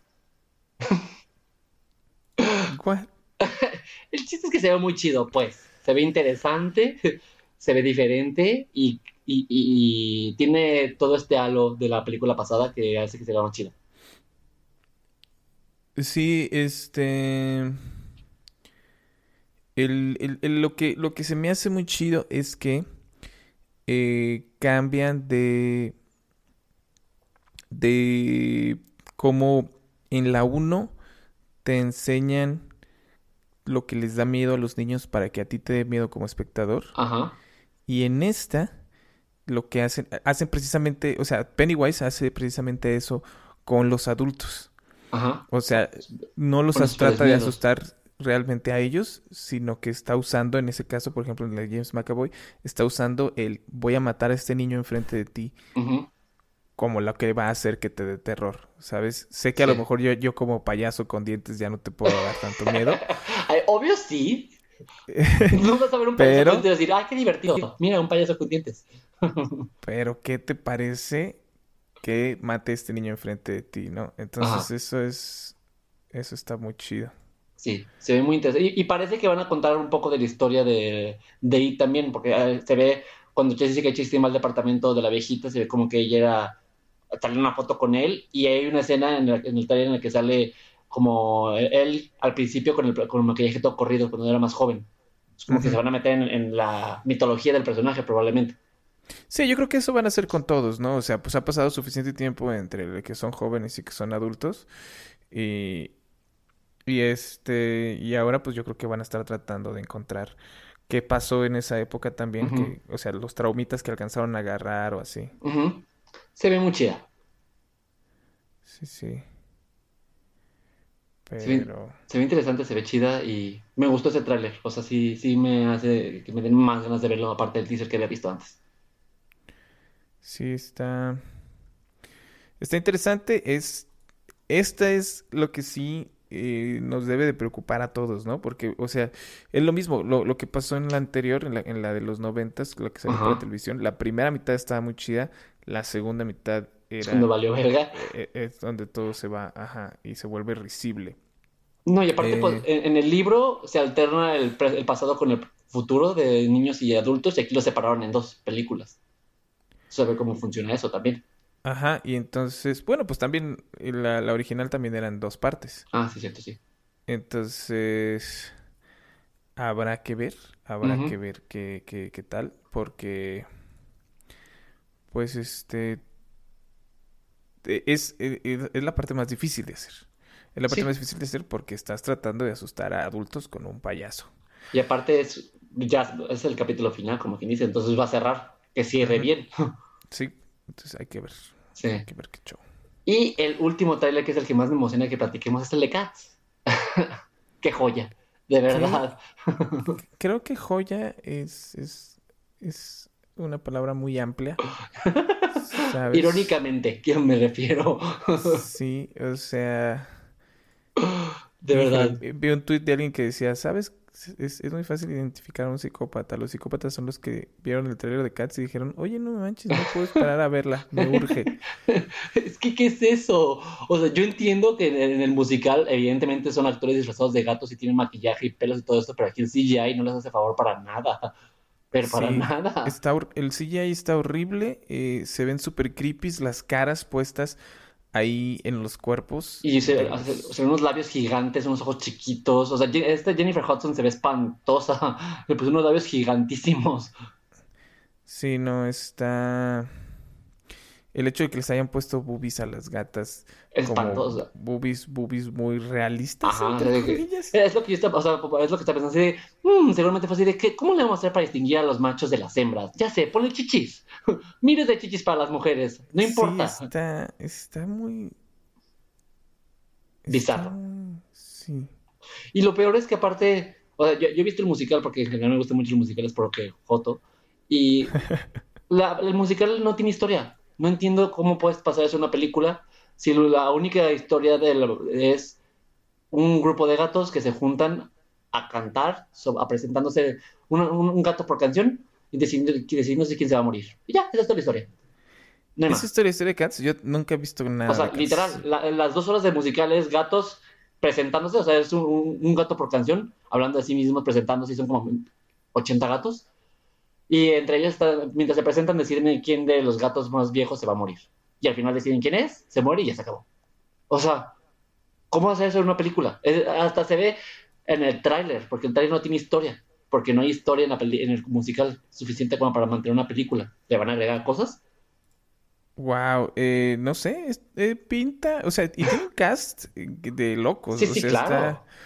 What? El chiste es que se ve muy chido, pues. Se ve interesante, se ve diferente y tiene todo este halo de la película pasada que hace que se vea más chida. Sí, lo que se me hace muy chido es que cambian de cómo en la uno te enseñan lo que les da miedo a los niños para que a ti te dé miedo como espectador. Ajá, Y en esta, lo que hacen precisamente, o sea, Pennywise hace precisamente eso con los adultos. ajá. O sea, no los Con esos trata de miedos. asustar realmente a ellos, sino que está usando, en ese caso, por ejemplo, en la de James McAvoy, está usando el voy a matar a este niño enfrente de ti Ujú, como lo que va a hacer que te dé terror, ¿sabes? Sé que a lo sí. mejor yo como payaso con dientes ya no te puedo dar tanto miedo, Ay, obvio sí. No vas a ver un payaso con pero, dientes y decir, ¡ay, qué divertido! Mira, un payaso con dientes. pero, ¿qué te parece que mate a este niño enfrente de ti, ¿no? Entonces Ajá, eso está muy chido. sí, se ve muy interesante. Y parece que van a contar un poco de la historia de It también, porque se ve cuando Chase dice que Chase tiene mal departamento de la viejita, se ve como que ella era, sale una foto con él y hay una escena en el trailer en la que sale como él al principio con el maquillaje todo corrido cuando era más joven. Es como que se Ujú. van a meter en la mitología del personaje probablemente. Sí, yo creo que eso van a hacer con todos, ¿no? O sea, pues ha pasado suficiente tiempo entre que son jóvenes y que son adultos. Y, y ahora pues yo creo que van a estar tratando de encontrar qué pasó en esa época también, Ujú, o sea, los traumitas que alcanzaron a agarrar o así. ujú. Se ve muy chida. Sí, sí. Se ve, Pero se ve interesante, se ve chida y me gustó ese tráiler. O sea, sí, sí me hace que me den más ganas de verlo aparte del teaser que había visto antes. sí está interesante. Esta es lo que sí nos debe de preocupar a todos, ¿no? Porque, o sea, es lo mismo, lo que pasó en la anterior, en la de los 90s, la que salió por la Ajá. televisión. La primera mitad estaba muy chida, la segunda mitad Es cuando era valió verga. es donde todo se va, ajá, y se vuelve risible. No, y aparte, pues, Eh, en el libro se alterna el pasado con el futuro de niños y adultos y aquí lo separaron en dos películas. Saber cómo funciona eso también. ajá, y entonces, bueno, pues también la original también eran dos partes. Ah, sí, cierto, sí. Entonces, habrá que ver, habrá que Ujú. ver qué tal, porque, pues, es la parte más difícil de hacer. Es la parte más Sí. difícil de hacer porque estás tratando de asustar a adultos con un payaso. Y aparte ya es el capítulo final, como quien dice, entonces va a cerrar. Que cierre Ujú. bien. Sí, entonces hay Sí. que ver qué show. Y el último tráiler, que es el que más me emociona que platiquemos, es el de Cats. Qué joya, de Creo, verdad. creo que joya es una palabra muy amplia, ¿sabes? Irónicamente, ¿quién me refiero? Sí, o sea, De híjole, verdad. vi un tuit de alguien que decía, ¿sabes? Es muy fácil identificar a un psicópata. Los psicópatas son los que vieron el trailer de Cats y dijeron, oye, no manches, no puedo esperar a verla, me urge. Es que, ¿qué es eso? O sea, yo entiendo que en el musical, evidentemente, son actores disfrazados de gatos y tienen maquillaje y pelos y todo esto, pero aquí el CGI no les hace favor para nada. Pero para Sí, nada. el CGI está horrible, se ven súper creepy las caras puestas ahí en los cuerpos Y de se los... ven unos labios gigantes, unos ojos chiquitos. O sea, esta Jennifer Hudson se ve espantosa. Le puso unos labios gigantísimos. Sí, no, está... El hecho de que les hayan puesto boobies a las gatas como Espantosa. boobies muy realistas, Ajá, o sea, entre comillas. es lo que yo estaba, o sea, es lo que estaba pensando así de, seguramente fue así de, ¿cómo le vamos a hacer para distinguir a los machos de las hembras? Ya sé, ponle chichis. Miles de chichis para las mujeres, no Sí, importa. está Bizarro. muy, sí. Y lo peor es que aparte, o sea, yo he visto el musical porque en general me gustan mucho los musicales porque Joto, y el musical no tiene historia. No entiendo cómo puedes pasar eso en una película si la única historia es un grupo de gatos que se juntan a cantar, a presentándose un gato por canción y decidiéndose quién se va a morir. Y ya, esa es toda la historia. No hay ¿Es más. historia de Cats? Yo nunca he visto O nada sea, de literal, Cats. las 2 horas de musical es gatos presentándose, o sea, es un gato por canción, hablando de sí mismos, presentándose, y son como 80 gatos. Y entre ellos, mientras se presentan, deciden quién de los gatos más viejos se va a morir. Y al final deciden quién es, se muere y ya se acabó. O sea, ¿cómo hacer eso en una película? Hasta se ve en el tráiler, porque el tráiler no tiene historia, porque no hay historia en el musical suficiente como para mantener una película. ¿Le van a agregar cosas? Wow, no sé, pinta, o sea, y tiene un cast de locos, Sí, o sí, sea, está, claro.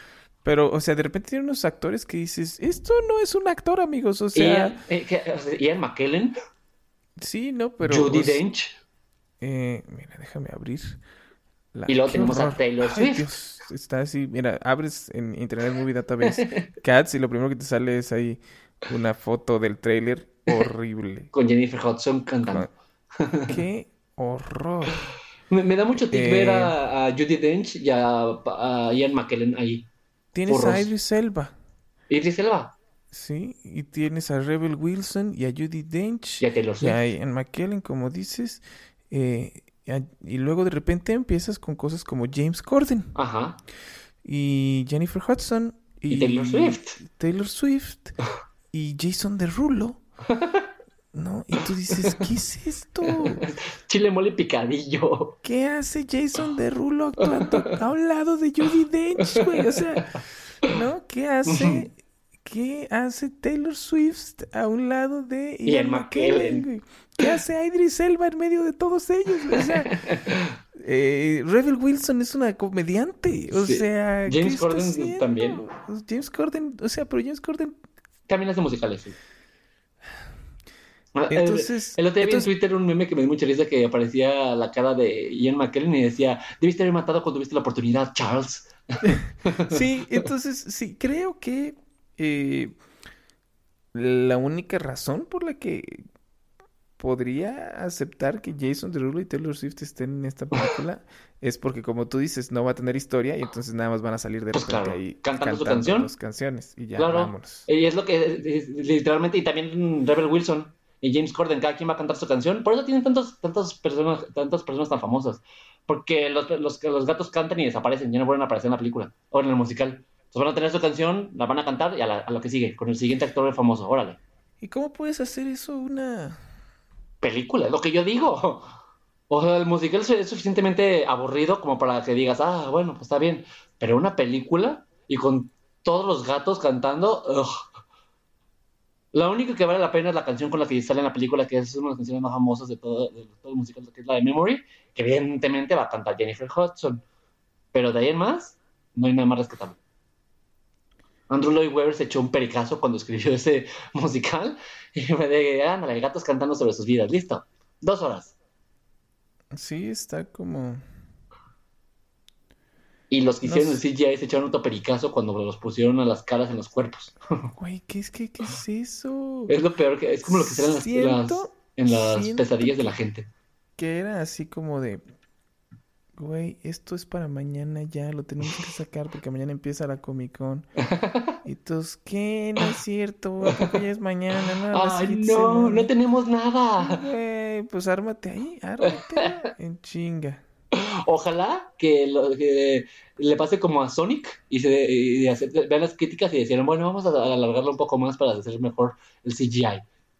Pero, o sea, de repente tiene unos actores que dices, esto no es un actor, amigos, o sea, Ian McKellen, sí, ¿no? Pero, Judi Dench, mira, déjame abrir y luego qué tenemos a horror. Taylor Ay, Swift. Dios, está así, mira, abres en Internet Movie Database Cats y lo primero que te sale es ahí una foto del tráiler horrible. Con Jennifer Hudson cantando. ¡Qué horror! Me da mucho tic ver Eh, a Judi Dench y a Ian McKellen ahí, tienes a furros. Idris Elba, Idris Elba ¿sí? Y tienes a Rebel Wilson y a Judi Dench y a Taylor y a Swift. Ian McKellen, como dices. Y luego de repente empiezas con cosas como James Corden Ajá. y Jennifer Hudson Y Taylor y Swift. Taylor Swift y Jason Derulo, ¿no? Y tú dices, ¿qué es esto? Chile mole picadillo. ¿Qué hace Jason Derulo actuando a un lado de Judi Dench, güey? O sea, ¿no? ¿Qué hace Taylor Swift a un lado de Ian Ian McKellen, McKellen. güey? ¿Qué hace Idris Elba en medio de todos ellos, güey? O sea, Rebel Wilson es una comediante. O Sí. sea, ¿qué James está Corden haciendo? también. James Corden, o sea, pero James Corden. También hace musicales, sí. Entonces, El otro día vi en Twitter un meme que me dio mucha risa que aparecía la cara de Ian McKellen y decía, debiste haber matado cuando tuviste la oportunidad, Charles. sí, entonces, sí, creo que la única razón por la que podría aceptar que Jason Derulo y Taylor Swift estén en esta película es porque, como tú dices, no va a tener historia y entonces nada más van a salir de Pues repente claro, ahí cantando su cantando canción. dos canciones y ya, Claro. vámonos. Y es lo que, literalmente, y también Rebel Wilson y James Corden, cada quien va a cantar su canción. Por eso tienen tantas personas tan famosas. Porque los gatos cantan y desaparecen, ya no vuelven a aparecer en la película o en el musical. Entonces van a tener su canción, la van a cantar y a lo que sigue, con el siguiente actor famoso. Órale. ¿Y cómo puedes hacer eso una... Película, es lo que yo digo. O sea, el musical es suficientemente aburrido como para que digas, ah, bueno, pues está bien. Pero una película y con todos los gatos cantando, ugh. La única que vale la pena es la canción con la que sale en la película, que es una de las canciones más famosas de todo el musical, que es la de Memory, que evidentemente va a cantar Jennifer Hudson. Pero de ahí en más, no hay nada más rescatable. Andrew Lloyd Webber se echó un pericazo cuando escribió ese musical y me dije, ándale, gatos cantando sobre sus vidas. Listo. 2 horas. Sí, está como... Y los que No hicieron el sé. CGI se echaron otro pericazo cuando los pusieron a las caras en los cuerpos. Güey, ¿qué es eso? Es lo peor que es como lo que sale en las pesadillas de Siento la gente. que era así como de... Güey, esto es para mañana ya, lo tenemos que sacar porque mañana empieza la Comic Con. Y todos, ¿qué? No es cierto, ¿a poco ya es mañana? No, la ¡Ay, siguiente no! semana. ¡No tenemos nada! Güey, pues ármate ahí, ármate en chinga. Ojalá que le pase como a Sonic y vean las críticas y decían, bueno, vamos a alargarlo un poco más para hacer mejor el CGI.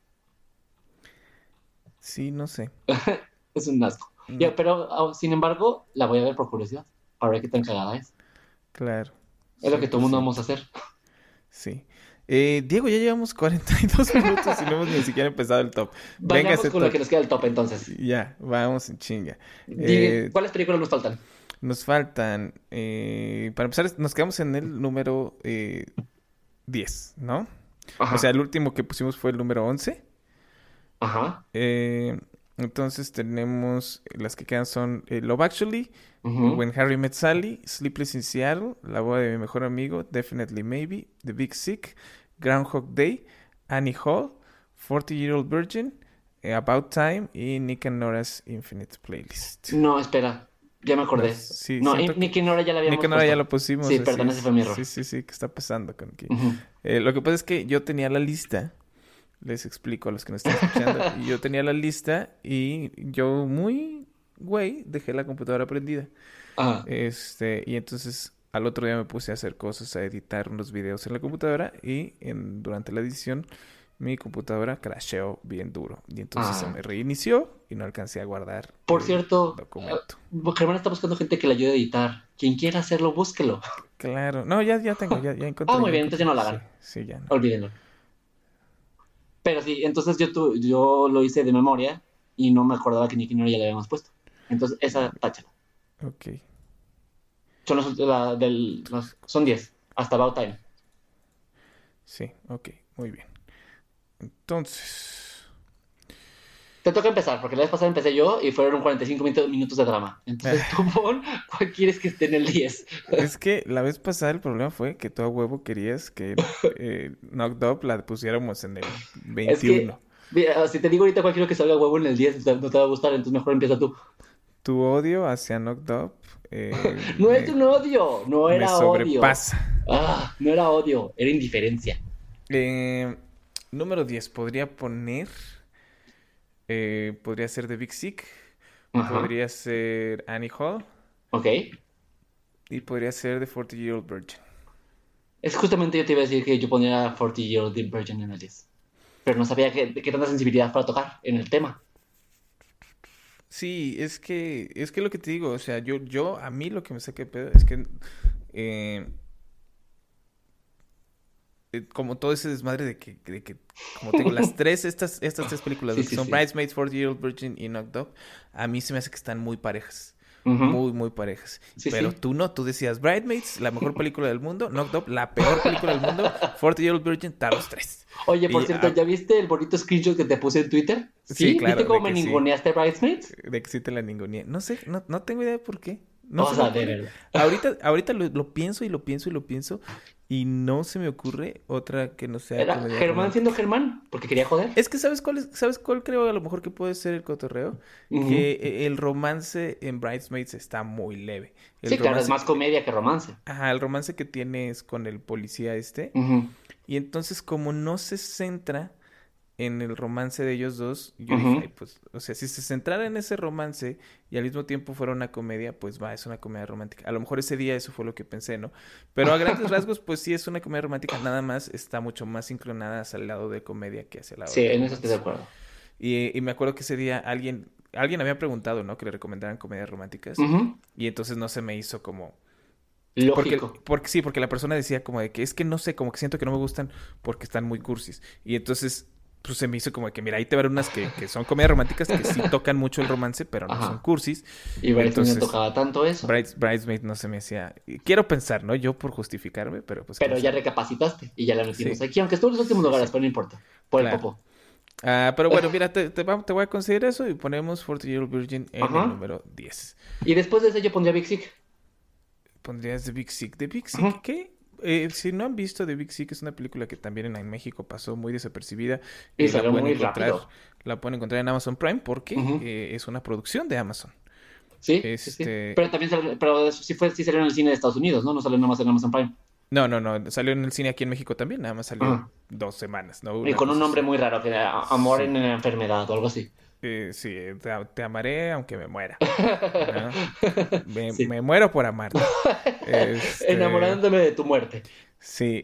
Sí, no sé. Es un asco. No, Pero, sin embargo, la voy a ver por curiosidad. Para ver qué tan cagada es. claro, Es lo que todo el mundo 100%. vamos a hacer. Sí. Diego, ya llevamos 42 minutos y no hemos ni siquiera empezado el top. Venga Vayamos ese con lo top. que nos queda el top entonces. Ya, vamos en chinga. Dime, ¿cuáles películas nos faltan? Nos faltan, para empezar, nos quedamos en el número 10, ¿no? Ajá. O sea, el último que pusimos fue el número 11. Ajá. Entonces tenemos, las que quedan son Love Actually, Ujú. When Harry Met Sally, Sleepless in Seattle, La boda de mi mejor amigo, Definitely Maybe, The Big Sick, Groundhog Day, Annie Hall, 40-Year-Old Virgin, About Time y Nick and Nora's Infinite Playlist. No, espera. Ya me acordé. No, sí, No, siento que Nick y Nora ya la habíamos Nick and Nora ya puesto. lo pusimos, Sí, así perdón, ese es. fue mi error. Sí, ¿qué está pasando con aquí? Ujú. Lo que pasa es que yo tenía la lista, les explico a los que nos están escuchando, y yo tenía la lista y yo muy güey dejé la computadora prendida. Ajá. Y entonces al otro día me puse a hacer cosas, a editar unos videos en la computadora y durante la edición mi computadora crasheó bien duro y entonces se me reinició y no alcancé a guardar Por el cierto, documento. Germán está buscando gente que le ayude a editar. Quien quiera hacerlo, búsquelo. Claro, no, ya tengo, ya encontré. Muy bien, entonces ya no la hagan. Sí, ya no. Olvídenlo. Pero sí, entonces yo lo hice de memoria y no me acordaba que Nick y Nora ya le habíamos puesto. Entonces, esa táchala. Ok. Son 10. hasta About Time. Sí, ok, muy bien. Entonces, Te toca empezar, porque la vez pasada empecé yo y fueron 45 minutos de drama. Entonces tú pon cuál quieres que esté en el 10. es que la vez pasada el problema fue que tú a huevo querías que Knocked Up la pusiéramos en el Es que, 21. mira, si te digo ahorita cuál quiero que salga huevo en el 10, no te va a gustar, entonces mejor empieza tú. Tu odio hacia Knocked Up No es un odio, no me era odio. sobrepasa. No era odio, era indiferencia. Número 10, podría ser The Big Sick, Ajá. podría ser Annie Hall Ok. y podría ser The 40-Year-Old Virgin. Es justamente yo te iba a decir que yo ponía 40-Year-Old Virgin en el 10. Pero no sabía qué tanta sensibilidad para tocar en el tema. Sí, es que lo que te digo, o sea, a mí lo que me saca de pedo es que eh, como todo ese desmadre de que, como te digo, estas tres películas, Sí, lo que sí, son sí. Bridesmaids, 40-Year-Old Virgin y Knocked Up, a mí se me hace que están muy parejas. Ujú. Muy, muy parejas. Sí, Pero sí. tú decías Bridesmaids, la mejor película del mundo, Knocked Up, la peor película del mundo, 40-Year-Old Virgin, está los tres. Oye, por Y cierto, ¿ya viste el bonito screenshot que te puse en Twitter? sí, ¿Sí? ¿Viste claro, cómo de me que sí. ninguneaste Bridesmaids? De que sí te la ninguneé. No sé, no tengo idea de por qué. No O se me sea, de ocurre. verdad. Ahorita lo pienso y lo pienso y lo pienso y no se me ocurre otra que no sea ¿Era comedia Germán siendo romántica. Germán? Porque quería joder. Es que ¿sabes cuál creo a lo mejor que puede ser el cotorreo? Ujú. Que el romance en Bridesmaids está muy leve. Sí, El claro, es romance, más comedia que romance. ajá, el romance que tienes con el policía Ujú, y entonces como no se centra en el romance de ellos dos, yo dije, ay, ujú. pues, o sea, si se centrara en ese romance y al mismo tiempo fuera una comedia, pues va, es una comedia romántica. A lo mejor ese día eso fue lo que pensé, ¿no? Pero a grandes rasgos, pues sí es una comedia romántica, nada más está mucho más inclinada hacia el lado de comedia que hacia el lado Sí, de en eso estoy de romance. acuerdo. Y me acuerdo que ese día alguien había preguntado, ¿no? Que le recomendaran comedias románticas Ujú. y entonces no se me hizo como... Lógico. Porque la persona decía como de que es que no sé, como que siento que no me gustan porque están muy cursis. Y entonces, pues se me hizo como de que, mira, ahí te van unas que son comedias románticas que sí tocan mucho el romance, pero no son Ajá. cursis. Y Bridesmaids no Entonces, tocaba tanto eso. Bridesmaid no se me hacía... Quiero pensar, ¿no? Yo por justificarme, pero pues Pero quién ya sabe. recapacitaste y ya la metimos Sí, aquí, aunque estuvo en los últimos sí, lugares, sí, pero no importa. Por el claro. popó. Pero bueno, mira, te voy a conseguir eso y ponemos 40 Year Old Virgin en el Ajá. número 10. Y después de eso yo pondría Big Sick. ¿Pondrías The Big Sick? ¿The Big Sick Ajá. qué? Si no han visto The Big Sick, es una película que también en México pasó muy desapercibida. Y La salió pueden muy encontrar, rápido. la pueden encontrar en Amazon Prime porque Ujú. es una producción de Amazon. Sí, sí, sí. Este, Pero también pero eso sí salió en el cine de Estados Unidos, ¿no? No salió nada más en Amazon Prime. no, salió en el cine aquí en México también, nada más salió Ajá. 2 semanas, ¿no? Y Una con un cosa nombre así. muy raro, que era Amor en Sí, la enfermedad o algo así. sí, te amaré aunque me muera, ¿no? Sí. Me muero por amarte. Este, Enamorándome de tu muerte. sí,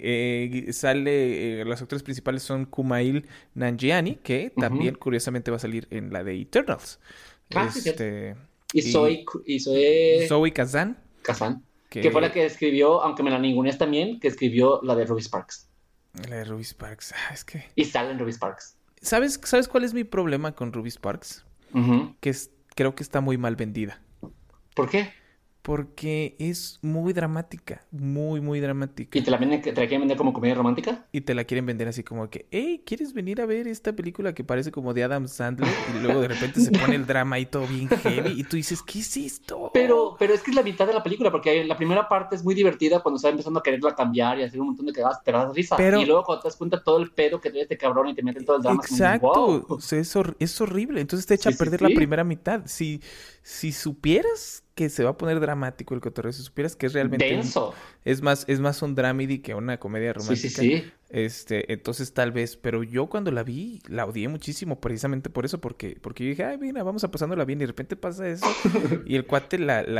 los actores principales son Kumail Nanjiani, que también Ujú. curiosamente va a salir en la de Eternals. Ah, sí, cierto. Este, Y y Zoe Zoe Kazan, Kazan, que fue la que que escribió, aunque me la ninguneas también, que escribió la de Ruby Sparks. la de Ruby Sparks. Es que, Y sale en Ruby Sparks. ¿sabes cuál es mi problema con Ruby Sparks? Ujú. Creo que está muy mal vendida. ¿Por qué? Porque es muy dramática, muy, muy dramática. ¿Y te la quieren vender como comedia romántica? Y te la quieren vender así como que, hey, ¿quieres venir a ver esta película que parece como de Adam Sandler? Y luego de repente se pone el drama ahí todo bien heavy y tú dices, ¿qué es esto? Pero es que es la mitad de la película, porque la primera parte es muy divertida cuando está empezando a quererla cambiar y hacer un montón de cagadas, te das risa. Y Pero, luego cuando te das cuenta todo el pedo que tiene este cabrón y te meten todo el drama, es como, exacto, o wow. sea, es horrible. Entonces te echa Sí, a sí, perder la sí. primera mitad. Si supieras que se va a poner dramático el cotorreo, si supieras que es realmente Denso. es más un dramedy que una comedia Sí, sí, romántica, sí. entonces tal vez, pero yo cuando la vi, la odié muchísimo precisamente por eso, porque yo dije, ay, mira, vamos a pasándola bien y de repente pasa eso y el cuate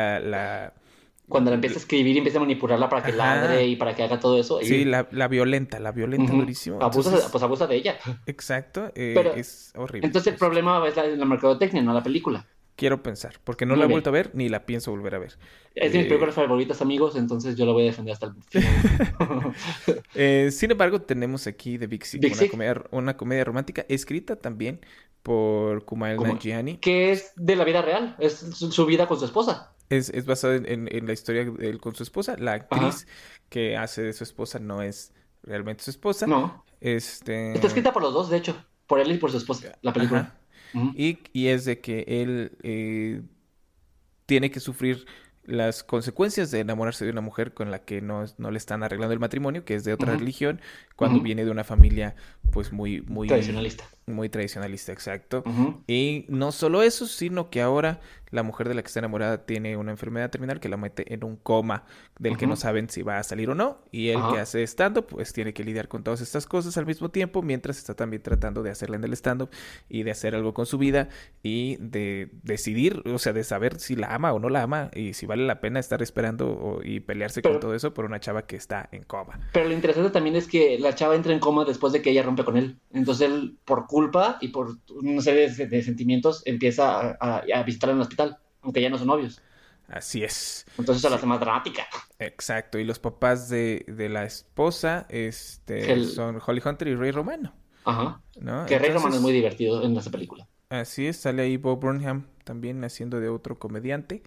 Cuando la empieza a escribir y empieza a manipularla para que ladre ajá, y para que haga todo eso. sí, Y, la violenta ujú. durísimo. Entonces, Pues abusa de ella. exacto, Pero es horrible. entonces el problema es la mercadotecnia, no la película. Quiero pensar, porque no la Muy he vuelto bien. a ver ni la pienso volver a ver. Es de mis películas favoritas, amigos, entonces yo lo voy a defender hasta el final. Sin embargo, tenemos aquí The Big Sick, Big Sick, una comedia romántica escrita también por Kumail como, Nanjiani. que es de la vida real, es su vida con su esposa. Es basado en la historia de él con su esposa. La actriz que hace de su esposa no es realmente su esposa. No. Está escrita por los dos, de hecho. Por él y por su esposa, la película. Ajá. Y es de que él tiene que sufrir las consecuencias de enamorarse de una mujer con la que no le están arreglando el matrimonio, que es de otra religión, cuando viene de una familia pues muy tradicionalista. Muy tradicionalista, exacto. Y no solo eso, sino que ahora la mujer de la que está enamorada tiene una enfermedad terminal que la mete en un coma del que no saben si va a salir o no. Y él que hace stand-up, pues tiene que lidiar con todas estas cosas al mismo tiempo, mientras está también tratando de hacerla en el stand-up y de hacer algo con su vida y de decidir, o sea, de saber si la ama o no la ama y si vale la pena estar esperando y pelearse con todo eso por una chava que está en coma. Pero lo interesante también es que la chava entra en coma después de que ella rompe con él. Entonces él, por culpa y por una serie de sentimientos, empieza a visitarla en el hospital, aunque ya no son novios. Así es. Entonces eso la hace más dramática. Exacto. Y los papás de la esposa son Holly Hunter y Ray Romano. Ajá. ¿No? Que Ray Romano es muy divertido en esa película. Así es. Sale ahí Bob Burnham también haciendo de otro comediante.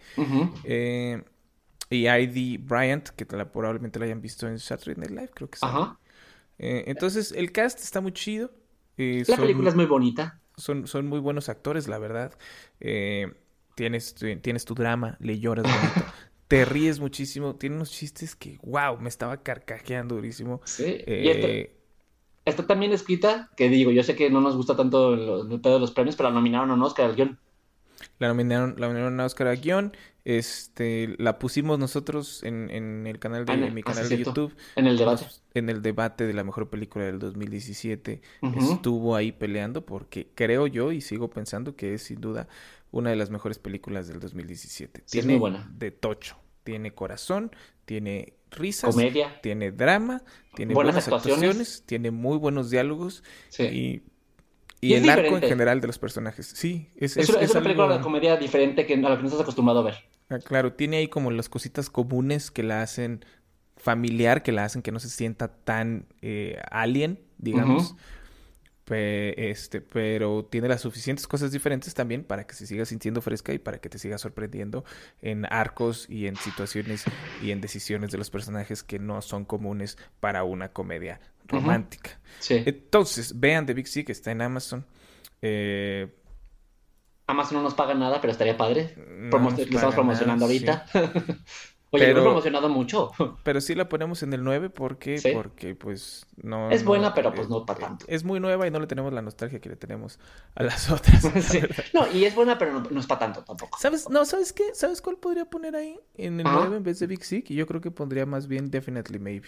Y Heidi Bryant, que probablemente la hayan visto en Saturday Night Live, creo que sí. Entonces el cast está muy chido. La película es muy bonita. Son muy buenos actores, la verdad. Tienes tu drama, le lloras bonito. Te ríes muchísimo. Tiene unos chistes que, wow, me estaba carcajeando durísimo. Sí. Y está también escrita, que digo, yo sé que no nos gusta tanto el pedo de los premios, pero la nominaron a un Oscar al guión. La nominaron a Oscar a guión. La pusimos nosotros en el canal de mi canal de YouTube. En el debate. En el debate de la mejor película del 2017. Estuvo ahí peleando porque creo yo y sigo pensando que es sin duda una de las mejores películas del 2017. Sí, tiene es muy buena. De tocho. Tiene corazón, tiene risas, comedia, tiene drama, tiene buenas actuaciones, tiene muy buenos diálogos y el arco en general de los personajes. Sí, es una película de comedia diferente a la que no estás acostumbrado a ver. Claro, tiene ahí como las cositas comunes que la hacen familiar, que la hacen que no se sienta tan alien, digamos. Pero tiene las suficientes cosas diferentes también para que se siga sintiendo fresca y para que te siga sorprendiendo en arcos y en situaciones y en decisiones de los personajes que no son comunes para una comedia romántica. Sí. Entonces, vean The Big Sick, está en Amazon. Amazon no nos paga nada, pero estaría padre. Lo estamos promocionando ahorita. Sí. Oye, lo hemos promocionado mucho. Pero sí la ponemos en el 9 porque pues no... Es buena, pero pues no para tanto. Es muy nueva y no le tenemos la nostalgia que le tenemos a las otras. Sí. No, y es buena, pero no es para tanto tampoco. ¿Sabes qué? ¿Sabes cuál podría poner ahí? En el 9 en vez de Big Sick. Y yo creo que pondría más bien Definitely Maybe.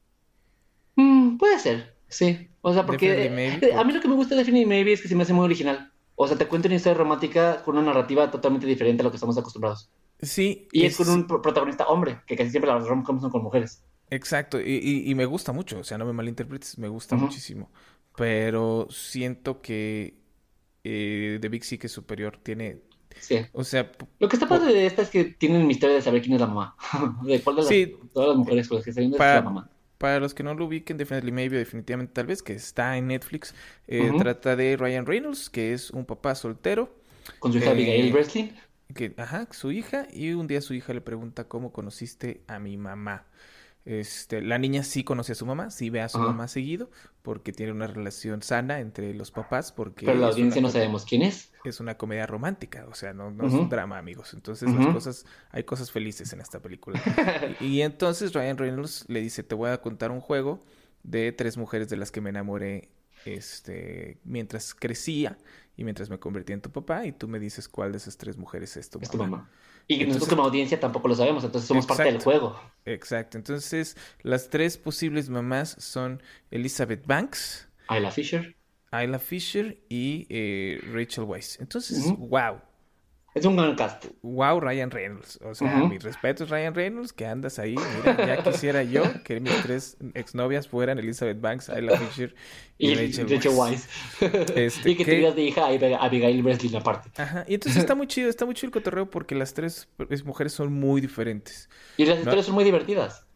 Puede ser, sí. O sea, porque a mí lo que me gusta de Definitely Maybe es que se me hace muy original. O sea, te cuenta una historia romántica con una narrativa totalmente diferente a lo que estamos acostumbrados. Sí. Y es con un protagonista hombre, que casi siempre las rom-coms son con mujeres. Exacto, y me gusta mucho, o sea, no me malinterpretes, me gusta muchísimo. Pero siento que The Big Sick es superior, tiene... Sí. O sea... Lo que está padre de esta es que tienen el misterio de saber quién es la mamá. De cuál de todas las mujeres con las que salen es la mamá. Para los que no lo ubiquen, Definitely Maybe, definitivamente tal vez, que está en Netflix, trata de Ryan Reynolds, que es un papá soltero. Con su hija Abigail Breslin. Su hija, y un día su hija le pregunta cómo conociste a mi mamá. La niña sí conoce a su mamá, sí ve a su mamá seguido, porque tiene una relación sana entre los papás, porque... Pero la audiencia no sabemos quién es. Es una comedia romántica, o sea, no es un drama, amigos. Entonces hay cosas felices en esta película. y entonces Ryan Reynolds le dice, te voy a contar un juego de 3 mujeres de las que me enamoré mientras crecía y mientras me convertí en tu papá, y tú me dices cuál de esas 3 mujeres es tu mamá. Y entonces, nosotros como audiencia tampoco lo sabemos, entonces somos parte del juego. Exacto, entonces las 3 posibles mamás son Elizabeth Banks, Isla Fisher y Rachel Weisz. Entonces, wow. Es un gran cast. Wow, Ryan Reynolds. O sea, mis respetos, Ryan Reynolds, que andas ahí. Mira, ya quisiera yo que mis 3 exnovias fueran Elizabeth Banks, Isla Fisher y Rachel Weisz. Y que tuvieras de hija a Abigail Breslin aparte. Ajá. Y entonces está muy chido el cotorreo porque las 3 mujeres son muy diferentes. Y las historias son muy divertidas.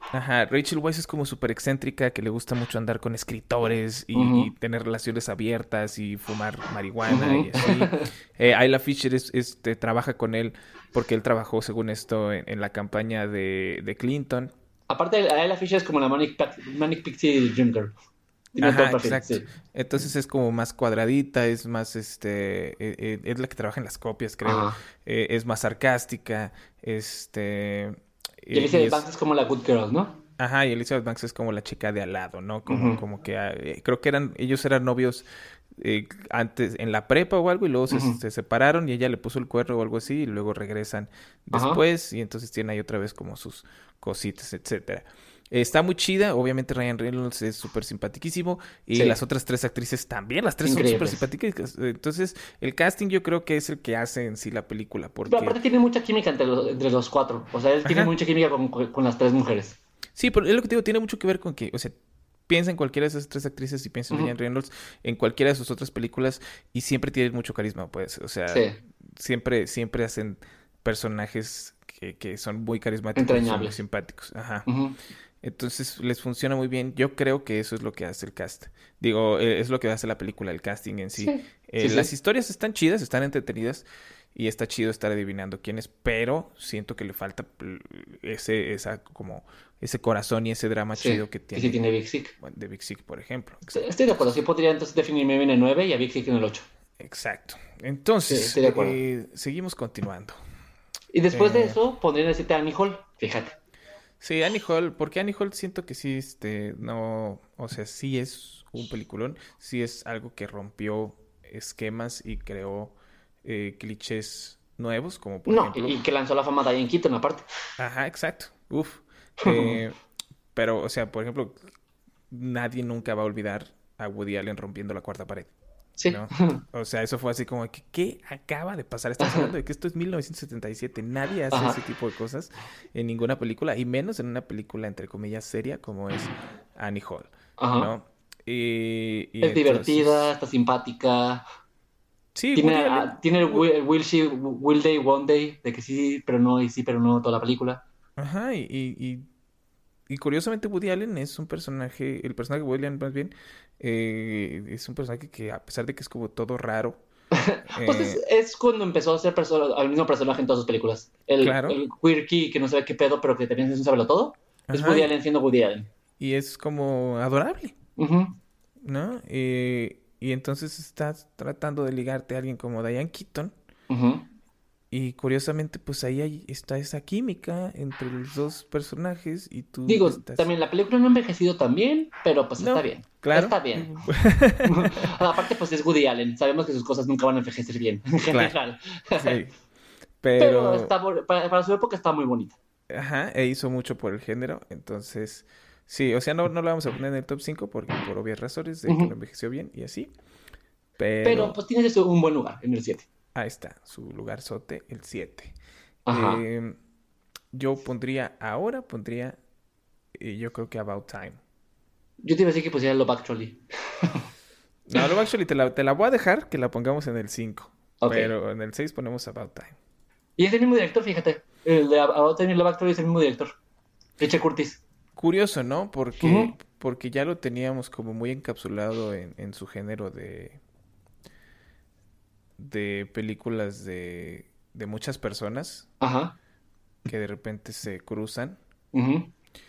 Ajá, Rachel Weisz es como súper excéntrica, que le gusta mucho andar con escritores y Ujú, tener relaciones abiertas y fumar marihuana y ujú. así. Isla Fisher trabaja con él porque él trabajó, según esto, en la campaña de Clinton. Aparte, Ayla Fisher es como la Manic Pixie Dream Girl. Tiene todo el Ajá, perfil, exacto. sí. Entonces es como más cuadradita, es más, es la que trabaja en las copias, creo. Ajá. Es más sarcástica, este, Y y Elizabeth es, Banks es como la Good Girl, ¿no? ajá, y Elizabeth Banks es como la chica de al lado, ¿no? Como, Ujú, como que, creo que ellos eran novios antes en la prepa o algo y luego ujú. se separaron y ella le puso el cuerno o algo así y luego regresan Ajá. después y entonces tienen ahí otra vez como sus cositas, etcétera. Está muy chida, obviamente Ryan Reynolds es súper simpaticísimo y las Sí, otras tres actrices también, las tres son súper increíbles. simpáticas. Entonces el casting yo creo que es el que hace en sí la película Pero porque, aparte tiene mucha química entre los cuatro. O sea, él tiene ajá, mucha química con las tres mujeres. sí, pero es lo que te digo, tiene mucho que ver con que, o sea, piensa en cualquiera de esas tres actrices y piensa en Ujú. Ryan Reynolds en cualquiera de sus otras películas y siempre tienen mucho carisma, pues, o sea, Sí, siempre hacen personajes que son muy carismáticos y son muy entrañables. simpáticos, ajá. Ujú. Entonces les funciona muy bien. Yo creo que eso es lo que hace el cast. Digo, es lo que hace la película, el casting en sí. Sí, sí, Las sí. historias están chidas, están entretenidas y está chido estar adivinando quién es, pero siento que le falta ese corazón y ese drama Sí, chido que que sí tiene tiene Big Sick. bueno, de Big Sick, por ejemplo. Estoy de acuerdo, sí podría entonces definirme en el 9 y a Big Sick en el 8. Exacto. Sí, Entonces, estoy de acuerdo. seguimos continuando. Y después de Eh, eso, pondría en el 7 a Annie Hall. Fíjate. sí, Annie Hall, porque Annie Hall siento que sí, no, o sea, sí es un peliculón, sí es algo que rompió esquemas y creó clichés nuevos, como por No, y, ejemplo, y que lanzó la fama a Diane Keaton aparte. ajá, exacto, uf, eh, pero, o sea, por ejemplo, nadie nunca va a olvidar a Woody Allen rompiendo la cuarta pared. Sí. ¿No? O sea, eso fue así como que, ¿qué acaba de pasar? Estamos hablando de que esto es 1977. Nadie hace Ajá. ese tipo de cosas en ninguna película, y menos en una película, entre comillas, seria como es Annie Hall, Ajá. ¿no? Y Es divertida, entonces, está simpática. sí, Tiene, Woody Allen, tiene el Will Day, One Day, de que sí, pero no, y sí, pero no, toda la película. ajá, y curiosamente Woody Allen es un personaje, el personaje de Woody Allen más bien, es un personaje que a pesar de que es como todo raro, Pues es, eh, es cuando empezó a ser el mismo personaje en todas sus películas. claro, El quirky que no sabe qué pedo, pero que también es un sabe todo. Es ajá, Woody Allen siendo Woody Allen. y es como adorable. Ujú, ¿No? Y entonces estás tratando de ligarte a alguien como Diane Keaton. ujú. Y curiosamente, pues ahí está esa química entre los dos personajes y tú Digo, estás... también la película no ha envejecido tan bien, pero pues está No, bien. claro. Está bien. Aparte, pues es Woody Allen. Sabemos que sus cosas nunca van a envejecer bien, en Claro, general. sí. Pero Pero, está, para su época está muy bonita. ajá, hizo mucho por el género. Entonces, sí, o sea, no la vamos a poner en el top 5 por obvias razones de que no Ujú. envejeció bien y así. Pero Pero pues tiene un buen lugar en el 7. ahí está, su lugar sote, el 7. Ajá. Yo pondría, yo creo que About Time. Yo te iba a decir que pusiera Love Actually. No, Love Actually te la voy a dejar que la pongamos en el 5, Ok. pero en el 6 ponemos About Time. Y es el mismo director, fíjate. El de About Time y Love Actually es el mismo director. Richard Curtis. Curioso, ¿no? Porque, Ujú. porque ya lo teníamos como muy encapsulado en su género de películas de muchas personas Ajá. que de repente se cruzan Ujú.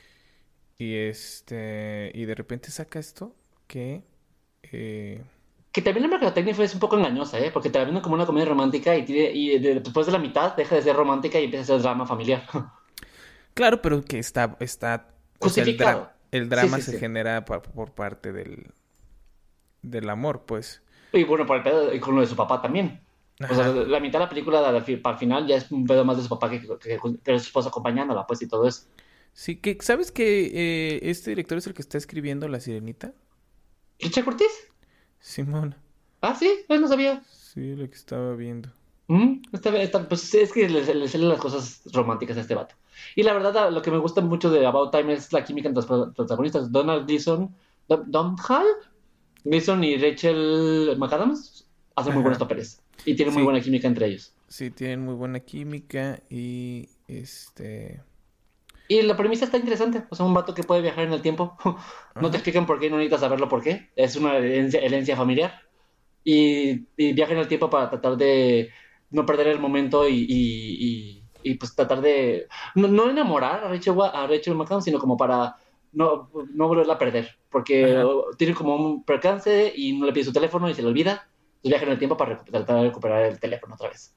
y de repente saca esto que eh, Que también la mercadotecnia fue un poco engañosa, ¿eh? Porque te la venden como una comedia romántica después de la mitad deja de ser romántica y empieza a ser drama familiar. claro, pero que o sea, Justificado. el Sí, drama sí, se sí. genera por parte del amor, pues. Y bueno, por el pedo y con lo de su papá también. O sea, Ajá. la mitad de la película para el final ya es un pedo más de su papá que de su esposa acompañándola, pues, y todo eso. Sí, que ¿sabes que este director es el que está escribiendo La Sirenita? ¿Richard Curtis? Simón, Ah, sí, no sabía. sí, lo que estaba viendo. Pues es que le salen las cosas románticas a este vato. Y la verdad, lo que me gusta mucho de About Time es la química entre los protagonistas. Donald Gleason, Hall, Gleason y Rachel McAdams hacen muy buenos Ajá. papeles. Y tienen muy Sí, buena química entre ellos. sí, tienen muy buena química Y la premisa está interesante. O sea, un vato que puede viajar en el tiempo. No te Ajá. explican por qué, no necesitas saberlo por qué. Es una herencia familiar. Y viaja en el tiempo para tratar de no perder el momento y, pues tratar de no enamorar a Rachel McAdams, sino como para no volverla a perder. Porque Ajá. tiene como un percance y no le pide su teléfono y se le olvida. Entonces viaja en el tiempo para tratar de recuperar el teléfono otra vez.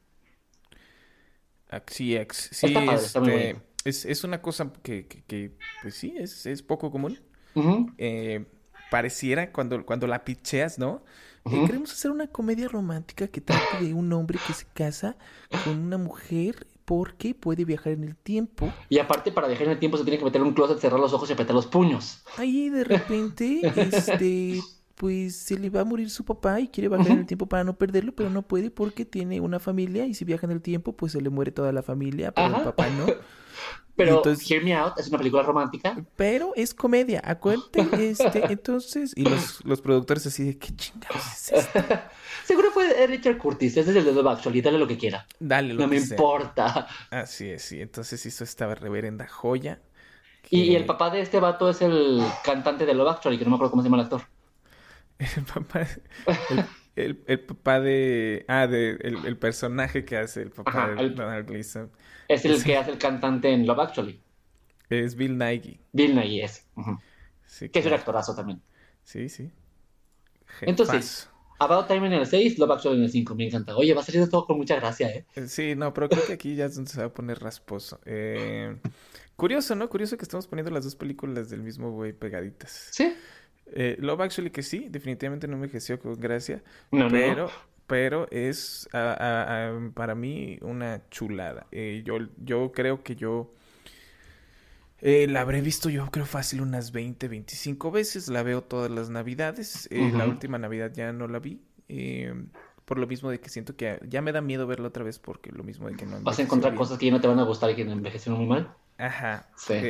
Sí, Está padre, está muy bonito. es una cosa pues sí, es poco común. Ujú, Eh, Pareciera cuando la picheas, ¿no? ujú. Queremos hacer una comedia romántica que trate de un hombre que se casa con una mujer porque puede viajar en el tiempo. Y aparte, para viajar en el tiempo se tiene que meter en un closet, cerrar los ojos y apretar los puños. Ahí de repente, pues se le va a morir su papá y quiere viajar en el Ujú. tiempo para no perderlo, pero no puede porque tiene una familia y si viaja en el tiempo, pues se le muere toda la familia, pero el Ajá. papá no. Y Pero entonces, Hear Me Out es una película romántica. pero es comedia, acuérdate, entonces, y los productores así de, ¿qué chingados es esto? Seguro fue Richard Curtis, ese es el de Love Actually, dale lo que quiera. Dale lo No me que sea. importa. Así es, sí. Entonces hizo esta reverenda joya Y el que papá de este vato es el cantante de Love Actually, que no me acuerdo cómo se llama el actor. el papá, el papá el personaje que hace el papá Ajá, de Donald Gleason es el es, que hace el cantante en Love Actually. es Bill Nighy. Bill Nighy es. Ujú. Sí, Que es un claro. actorazo también. Sí, sí. Entonces, Jefazo. About Time en el 6, Love Actually en el 5. Me encanta. Oye, va saliendo todo con mucha gracia, ¿eh? Sí, no, pero creo que aquí ya es donde se va a poner rasposo. Curioso, ¿no? Curioso que estamos poniendo las dos películas del mismo güey pegaditas. ¿Sí? Love Actually que sí, definitivamente no envejeció con gracia, No, no, no. pero, pero es para mí una chulada. Yo creo que yo la habré visto yo creo fácil unas 20 25 veces, la veo todas las navidades, la Ujú. última navidad ya no la vi, por lo mismo de que siento que ya me da miedo verla otra vez porque lo mismo de que no Vas a envejeció encontrar bien. cosas que ya no te van a gustar y que envejecieron muy mal. Ajá. Sí.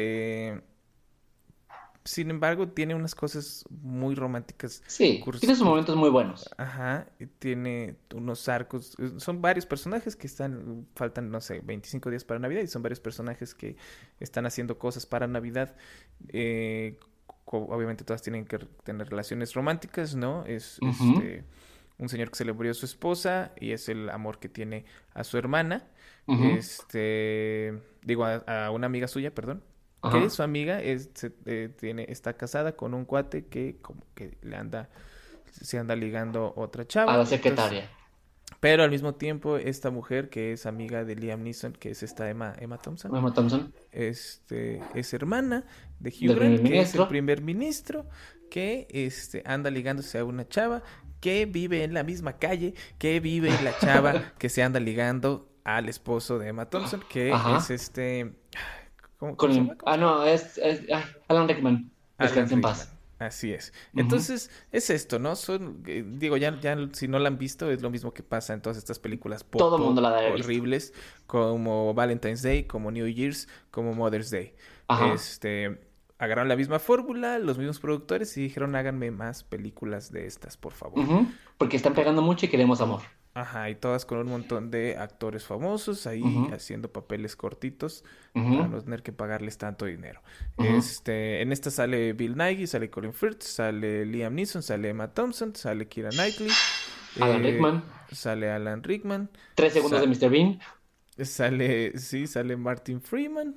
Sin embargo, tiene unas cosas muy románticas. Sí, tiene sus momentos muy buenos. Ajá, y tiene unos arcos. Son varios personajes que faltan, no sé, 25 días para Navidad y son varios personajes que están haciendo cosas para Navidad. Eh, Obviamente todas tienen que tener relaciones románticas, ¿no? Es Ujú, un señor que se le murió a su esposa y es el amor que tiene a su hermana. ujú, Digo, a una amiga suya, perdón que ajá. su amiga está casada con un cuate que como que se anda ligando otra A chava, la entonces, secretaria. pero al mismo tiempo esta mujer que es amiga de Liam Neeson, que es esta Emma Thompson, Emma Thompson, es hermana de Hugh del Grant, primer que es el ministro. primer ministro, que anda ligándose a una chava que vive en la misma calle, que vive la chava que se anda ligando al esposo de Emma Thompson, que es Ajá. ¿cómo se llama? ¿Cómo se llama? No, ay, Alan Rickman. Alan Descanse en Rickman. paz. Así es. Ujú. Entonces, es esto, ¿no? Digo, ya si no la han visto, es lo mismo que pasa en todas estas películas Todo el mundo pop la debe haber visto. horribles, como Valentine's Day, como New Year's, como Mother's Day. Ajá. Agarraron la misma fórmula, los mismos productores y dijeron, háganme más películas de estas, por favor. Ujú. Porque están pegando mucho y queremos amor. Ajá, y todas con un montón de actores famosos ahí Ujú, haciendo papeles cortitos para ujú, no tener que pagarles tanto dinero. ujú. En esta sale Bill Nighy, sale Colin Firth, sale Liam Neeson, sale Emma Thompson, sale Keira Knightley, Alan eh, Rickman. sale Alan Rickman, 3 segundos de sa- Mr. Bean. sale Martin Freeman.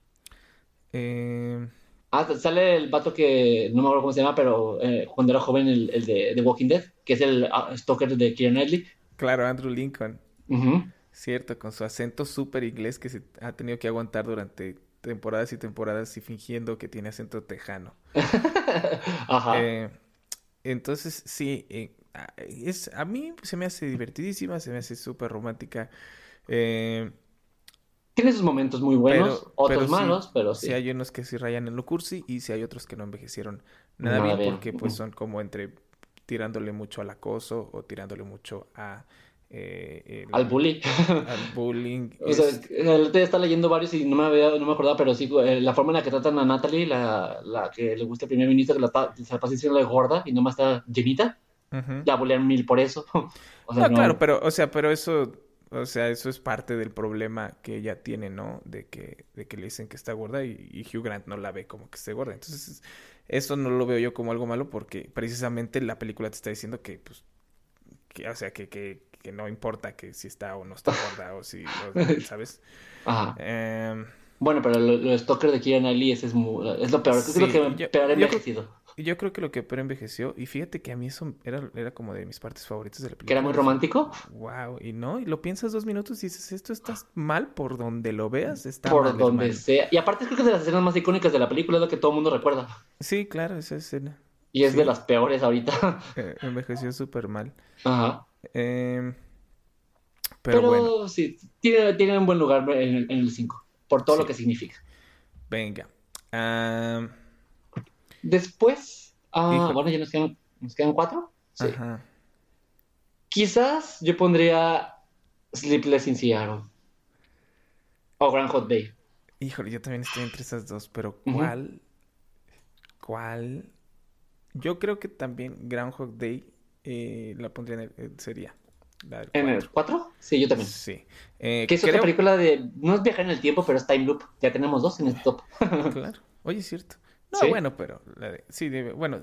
eh, Sale el vato que no me acuerdo cómo se llama, pero cuando era joven, el de The Walking Dead, que es el stalker de Keira Knightley. claro, Andrew Lincoln, Ujú. cierto, con su acento súper inglés que se ha tenido que aguantar durante temporadas y temporadas y fingiendo que tiene acento tejano. Ajá. Eh, entonces, sí, a mí se me hace divertidísima, se me hace súper romántica, eh, Tiene sus momentos muy buenos, pero otros sí, malos, pero sí sí. hay unos que sí rayan en lo cursi y sí hay otros que no envejecieron nada Nada bien bien. porque pues son como entre tirándole mucho al acoso o tirándole mucho a Al bully. al bullying, O sea, el otro día estaba leyendo varios y no me acordaba, pero sí, la forma en la que tratan a Natalie, la que le gusta el primer ministro, que se la pasa diciendo de gorda y nomás está llenita, Ujú. la bullean mil por eso. O sea, No, claro, no. pero, o sea, pero eso, O sea, eso es parte del problema que ella tiene, ¿no? De que le dicen que está gorda y Hugh Grant no la ve como que esté gorda. Entonces, eso no lo veo yo como algo malo porque precisamente la película te está diciendo que, pues, o sea, que no importa que si está o no está gorda o si, ¿sabes? Ajá. Em, Bueno, pero lo Stalker de Keira Knightley es lo peor. Creo que es lo sí, que peor ha envejecido. yo creo que lo que peor envejeció, y fíjate que a mí eso era como de mis partes favoritas de la Que era película. muy Dije, romántico. wow, y no, y lo piensas 2 minutos y dices, esto está mal por donde lo veas, está Por mal, donde hermano. sea. Y aparte creo que es de las escenas más icónicas de la película, es lo que todo el mundo recuerda. Sí, claro, esa escena. Y es de Sí, las peores ahorita. envejeció súper mal. Ajá. Em, pero bueno, Pero sí, tiene un buen lugar en el 5 por todo lo sí, que significa. venga. Ah, Después, híjole, bueno, ya nos quedan 4. Sí. ajá. Quizás yo pondría Sleepless in Seattle o Groundhog Day. Híjole, yo también estoy entre esas dos, pero Ujú. ¿cuál? Yo creo que también Groundhog Day la pondría sería la del ¿En el 4. 4? Sí, yo también. Sí. Que es otra Creo, película de... No es viajar en el tiempo, pero es Time Loop. Ya tenemos dos en el top. claro. Oye, es cierto. No, Sí. bueno, pero sí, bueno,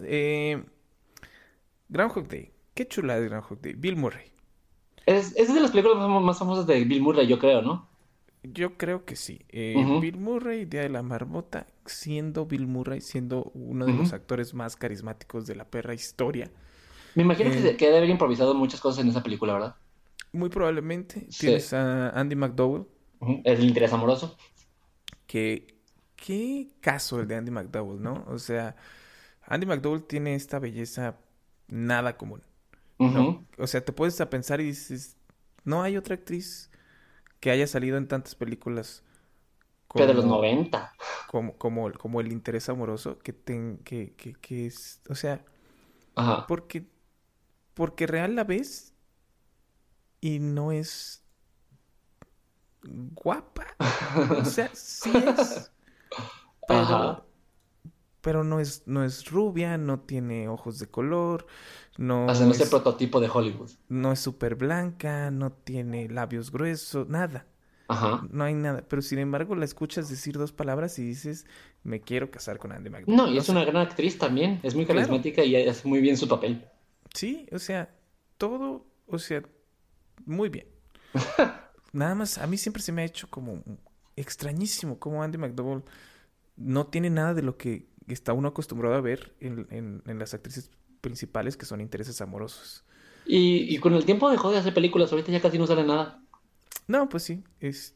Groundhog Day. Qué chula de Groundhog Day. Bill Murray. Es de las películas más famosas de Bill Murray, yo creo, ¿no? Yo creo que sí. Ujú, Bill Murray, Día de la Marmota, siendo Bill Murray, siendo uno de los ujú. actores más carismáticos de la perra historia. Me imagino Eh, que debe haber improvisado muchas cosas en esa película, ¿verdad? Muy probablemente Sí. tienes a Andy McDowell, Ujú. Es el interés amoroso. que qué caso el de Andy McDowell, ¿no? O sea, Andy McDowell tiene esta belleza nada común, ¿no? Ujú. O sea, te puedes a pensar y dices, no hay otra actriz que haya salido en tantas películas Pero de los como 90. como el interés amoroso que es, o sea, Ajá. porque real la ves y no es guapa, o sea, sí es, Ajá. pero no es rubia, no tiene ojos de color, no Hacemos el es prototipo de Hollywood. no es súper blanca, no tiene labios gruesos, nada. Ajá. No hay nada, pero sin embargo la escuchas decir dos palabras y dices, me quiero casar con Andy No, McDowell. y O es sea, una gran actriz también. Es muy claro, carismática y hace muy bien su papel. sí, o sea, todo, o sea, muy bien. Nada más, a mí siempre se me ha hecho como extrañísimo cómo Andy McDowell no tiene nada de lo que está uno acostumbrado a ver en las actrices principales que son intereses amorosos. Y con el tiempo dejó de hacer películas. Ahorita ya casi no sale nada. No, pues sí,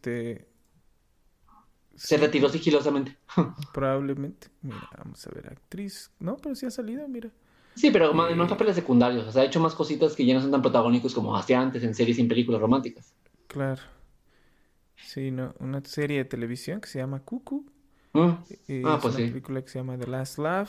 Se sí, retiró sigilosamente. probablemente. Mira, vamos a ver, actriz. No, pero sí ha salido, mira. Sí, pero más Eh, papeles secundarios. O sea, ha hecho más cositas que ya no son tan protagónicos como hacía antes en series y en películas románticas. claro. Sí, no, una serie de televisión que se llama Cuckoo. Mm. Es Pues una sí. película que se llama The Last Laugh.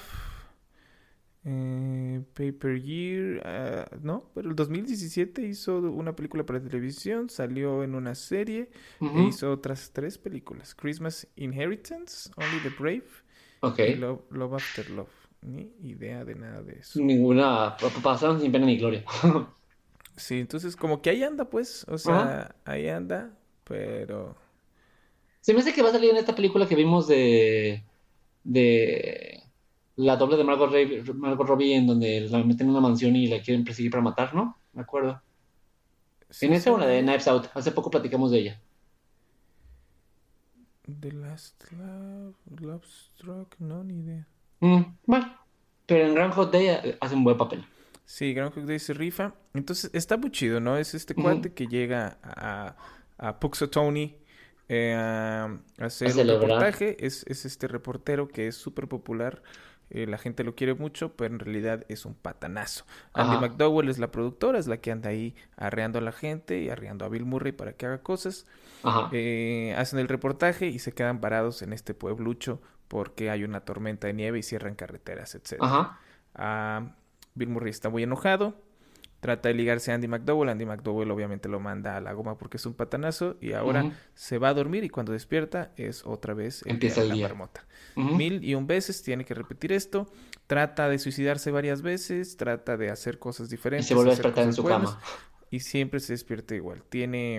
Paper Year. No, pero el 2017 hizo una película para televisión. Salió en una serie. E Ujú. hizo otras 3 películas. Christmas Inheritance, Only the Brave y Ok. Love After Love. Ni idea de nada de eso. Ninguna. Pasaron sin pena ni gloria. Sí, entonces como que ahí anda, pues. O Ajá. sea, ahí anda. Pero... Se me hace que va a salir en esta película que vimos de la doble de Margot Robbie, en donde la meten en una mansión y la quieren perseguir para matar, ¿no? Me acuerdo. En ¿Sí esa o la de sale Knives Out. Hace poco platicamos de ella. The Last Love, Love Struck? No, ni idea. Bueno, pero en Groundhog Day hace un buen papel. Sí, Groundhog Day se rifa. Entonces está muy chido, ¿no? Es este Ujú. cuate que llega a Puxatawny a A hacer un celebrar. reportaje. Es este reportero que es súper popular. La gente lo quiere mucho, pero en realidad es un patanazo. Andy Ajá, McDowell es la productora, es la que anda ahí arreando a la gente y arreando a Bill Murray para que haga cosas. ajá, Hacen el reportaje y se quedan parados en este pueblucho porque hay una tormenta de nieve y cierran carreteras, etcétera. ajá, Ah, Bill Murray está muy enojado, trata de ligarse a Andy McDowell. Andy McDowell obviamente lo manda a la goma porque es un patanazo y ahora ujú. se va a dormir y cuando despierta es otra vez el día Empieza de el la día. marmota. Ujú. 1001 veces tiene que repetir esto, trata de suicidarse varias veces, trata de hacer cosas Y se diferentes, vuelve a hacer despertar en cosas su buenas cama. y siempre se despierta igual. Tiene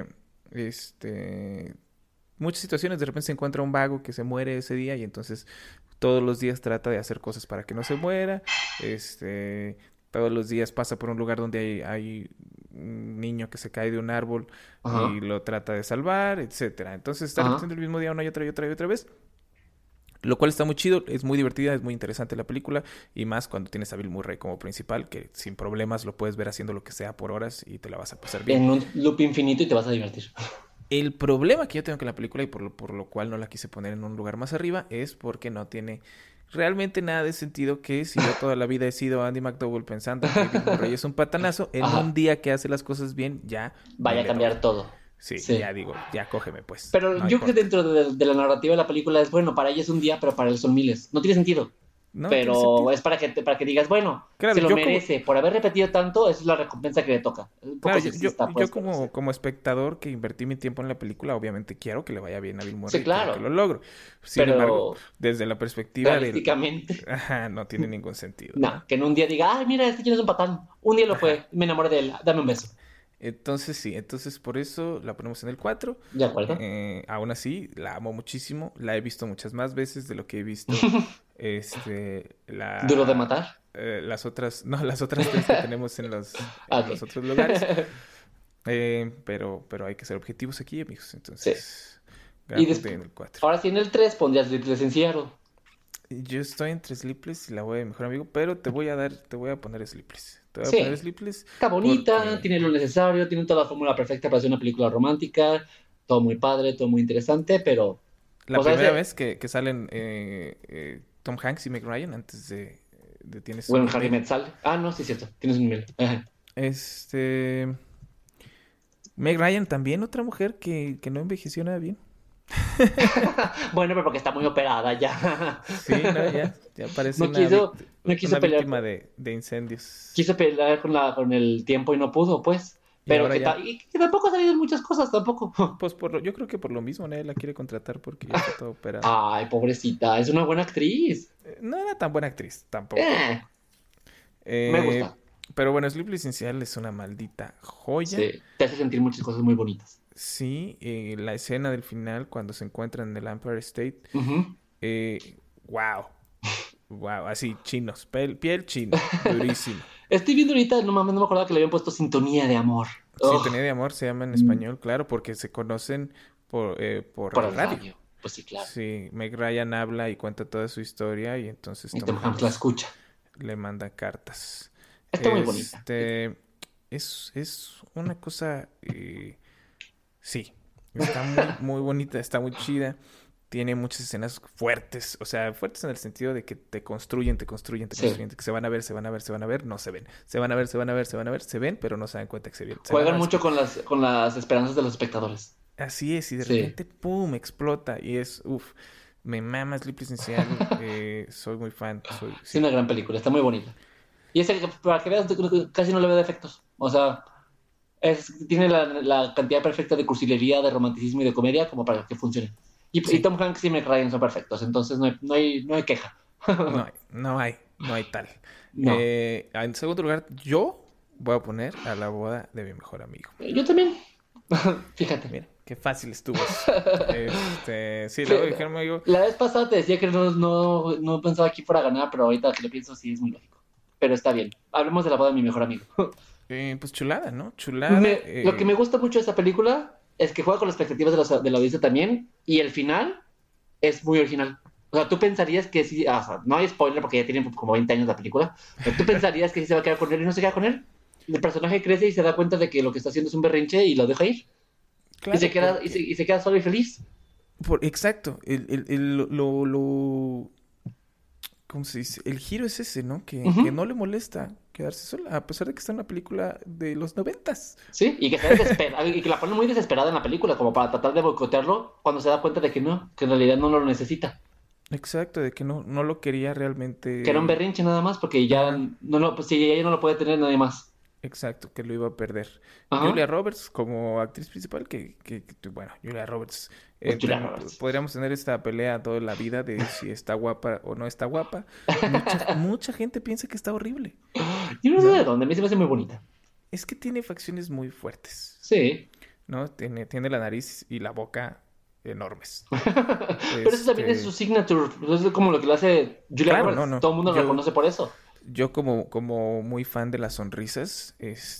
Muchas situaciones, de repente se encuentra un vago que se muere ese día y entonces todos los días trata de hacer cosas para que no se muera. Todos los días pasa por un lugar donde hay un niño que se cae de un árbol Ajá. y lo trata de salvar, etcétera. Entonces está Ajá. repitiendo el mismo día una y otra vez. Lo cual está muy chido, es muy divertida, es muy interesante la película. Y más cuando tienes a Bill Murray como principal, que sin problemas lo puedes ver haciendo lo que sea por horas y te la vas a pasar bien. En un loop infinito y te vas a divertir. El problema que yo tengo con la película y por lo cual no la quise poner en un lugar más arriba es porque no tiene realmente nada de sentido que si yo toda la vida he sido Andy McDowell pensando que Bill Murray es un patanazo, en un Ajá. día que hace las cosas bien ya me Vaya a le doy. cambiar todo. Sí, Sí. ya digo, ya cógeme pues, Pero no yo creo que importa. dentro de la narrativa de la película es, bueno, para ella es un día, pero para él son miles. No tiene sentido. No tiene Pero sentido. es para que digas, bueno, Claro, se lo yo como, merece. Por haber repetido tanto, esa es la recompensa que le toca. Es un poco claro, sexista, yo pues, pero sí. como espectador que invertí mi tiempo en la película, obviamente quiero que le vaya bien a Bill Sí, Murray y quiero que lo claro. logro. Sin embargo, Pero desde la perspectiva del... realísticamente, Ajá, no tiene ningún sentido, no. ¿no? Que en un día diga, ay, mira, este chino es un patán. Un día lo Ajá. fue, me enamoré de él, dame un beso. Entonces sí, entonces por eso la ponemos en el 4. ¿De acuerdo? Aún así, la amo muchísimo. La he visto muchas más veces de lo que he visto Duro de matar. las otras, no, las otras tres que tenemos Ah, en ok. los otros lugares. Pero hay que ser objetivos aquí, amigos. Sí. Entonces, Y Groundhog Day después, en el 4. ahora sí en el 3 pondrías Sleepless in Seattle. Yo estoy entre Sleepless y la voy de mejor amigo, pero te voy a poner Sleepless. Te voy a poner Sí. Sleepless Está bonita, porque tiene lo necesario, tiene toda la fórmula perfecta para hacer una película romántica, todo muy padre, todo muy interesante, pero, la o sea, primera ese, vez que salen Tom Hanks y Meg Ryan antes de Tienes un bueno, Harry email. Met sale. Ah, no, sí es cierto, tienes un email. Ajá. Este. Meg Ryan también, otra mujer que no envejeció nada bien. Bueno, pero porque está muy operada ya. Sí, no, ya parece No quiso, no quiso una pelear, víctima de incendios. quiso pelear con el tiempo y no pudo, pues. Y Pero ahora ya, y que tampoco ha salido en muchas cosas, tampoco. pues yo creo que por lo mismo nadie la quiere contratar porque ya está toda operada. Ay, pobrecita, es una buena actriz. No era tan buena actriz, tampoco. Eh, me Eh, gusta. pero bueno, Sleepless in Seattle es una maldita joya. Sí, te hace sentir muchas cosas muy bonitas. Sí, la escena del final cuando se encuentran en el Empire State. Ujú. Wow, wow, así, chinos, piel china, durísimo. Estoy viendo ahorita, no mames, no me acordaba que le habían puesto Sintonía de Amor. Sintonía Ugh, de amor se llama en español, claro, porque se conocen por por la el radio. radio. Pues sí, claro. Sí, Meg Ryan habla y cuenta toda su historia y entonces Y Tom Tom Hanks la Hanks escucha. le manda cartas. Está muy bonita. Es una cosa, sí, está muy, muy bonita, está muy chida. Tiene muchas escenas fuertes, o sea, fuertes en el sentido de que te construyen, Sí. que se van a ver, se van a ver, no se ven. Se van a ver, se ven, pero no se dan cuenta que se ven. Se van a Juegan ver, mucho con las esperanzas de los espectadores. así es, y de Sí. repente, ¡pum!, explota. Y es, uff, me mama Sleepless in Seattle, soy muy fan, Es sí. una gran película, está muy bonita. Y ese, para que veas, casi no le veo defectos. O sea, tiene la cantidad perfecta de cursilería, de romanticismo y de comedia como para que funcione. Y Sí, Tom Hanks y Meg Ryan son perfectos, entonces no hay queja. no hay tal. No. En segundo lugar, yo voy a poner a la boda de mi mejor amigo. Yo también. Fíjate. Mira, qué fácil estuvo eso. Sí, la voy a dejar, amigo. La vez pasada te decía que no pensaba que fuera a ganar, pero ahorita que lo pienso sí es muy lógico. Pero está bien. Hablemos de la boda de mi mejor amigo. Pues chulada, ¿no? Chulada. Lo que me gusta mucho de esta película es que juega con las expectativas de la audiencia también. Y el final es muy original. O sea, tú pensarías que sí. O sea, no hay spoiler porque ya tienen como 20 años la película. Pero tú pensarías que sí se va a quedar con él y no se queda con él. El personaje crece y se da cuenta de que lo que está haciendo es un berrinche y lo deja ir. Y se Claro, queda, y se queda solo y feliz. exacto. ¿Cómo se dice? El giro es ese, ¿no? Que Ujú. no le molesta quedarse sola, a pesar de que está en una película de los 90s. Sí, y que está desesperada, y que la pone muy desesperada en la película, como para tratar de boicotearlo cuando se da cuenta de que en realidad no lo necesita. Exacto, de que no lo quería Que era un realmente. berrinche nada más, porque ya Ajá, pues, si ella no lo puede tener nadie más. exacto, que lo iba a perder. Ajá, Julia Roberts como actriz principal, bueno, Julia Roberts, pues Julia Roberts. podríamos tener esta pelea toda la vida de si está guapa o no está guapa. Mucha gente piensa que está horrible, Yo no sé de ¿no? dónde, a mí se me hace muy bonita. Es que tiene facciones muy fuertes, Sí, ¿no? Tiene la nariz y la boca enormes. Pero eso también es su signature. Es como lo que lo hace Julia Claro, Roberts. no. Todo el mundo la reconoce por eso. Yo como muy fan de las sonrisas,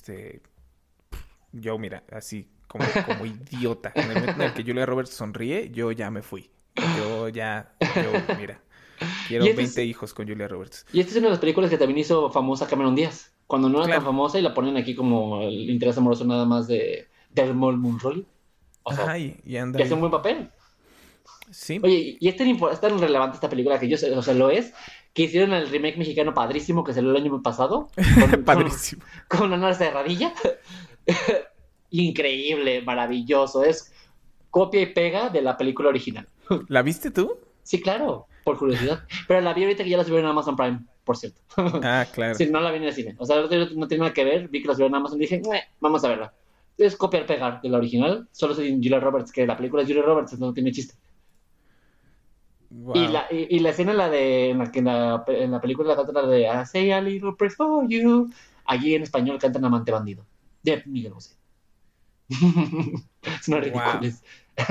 yo mira, así como idiota. En el momento en el que Julia Roberts sonríe, yo ya me fui. Mira, quiero 20 hijos con Julia Roberts. Y esta es una de las películas que también hizo famosa Cameron Díaz. Cuando no era Claro. tan famosa y la ponen aquí como el interés amoroso nada más de Dermot Mulroney. O sea, Ajá, y anda que hace ahí. un buen papel. Sí, Oye, y es tan relevante esta película que yo sé, o sea, lo es, que hicieron el remake mexicano padrísimo que salió el año pasado. padrísimo. Con Ana Serradilla. Increíble, maravilloso. Es copia y pega de la película original. ¿La viste tú? Sí, claro, por curiosidad. Pero la vi ahorita que ya la subieron a Amazon Prime, por cierto. Ah, claro. Sí, no la vi en el cine. O sea, no tiene nada que ver. Vi que la subieron a Amazon y dije, vamos a verla. Es copiar pegar de la original. Solo soy Julia Roberts, que la película es Julia Roberts, no tiene chiste. Wow. Y la escena en la película canta la de I say a little prayer for you. Allí en español cantan Amante Bandido. De Miguel Bosé. Es una ridiculez.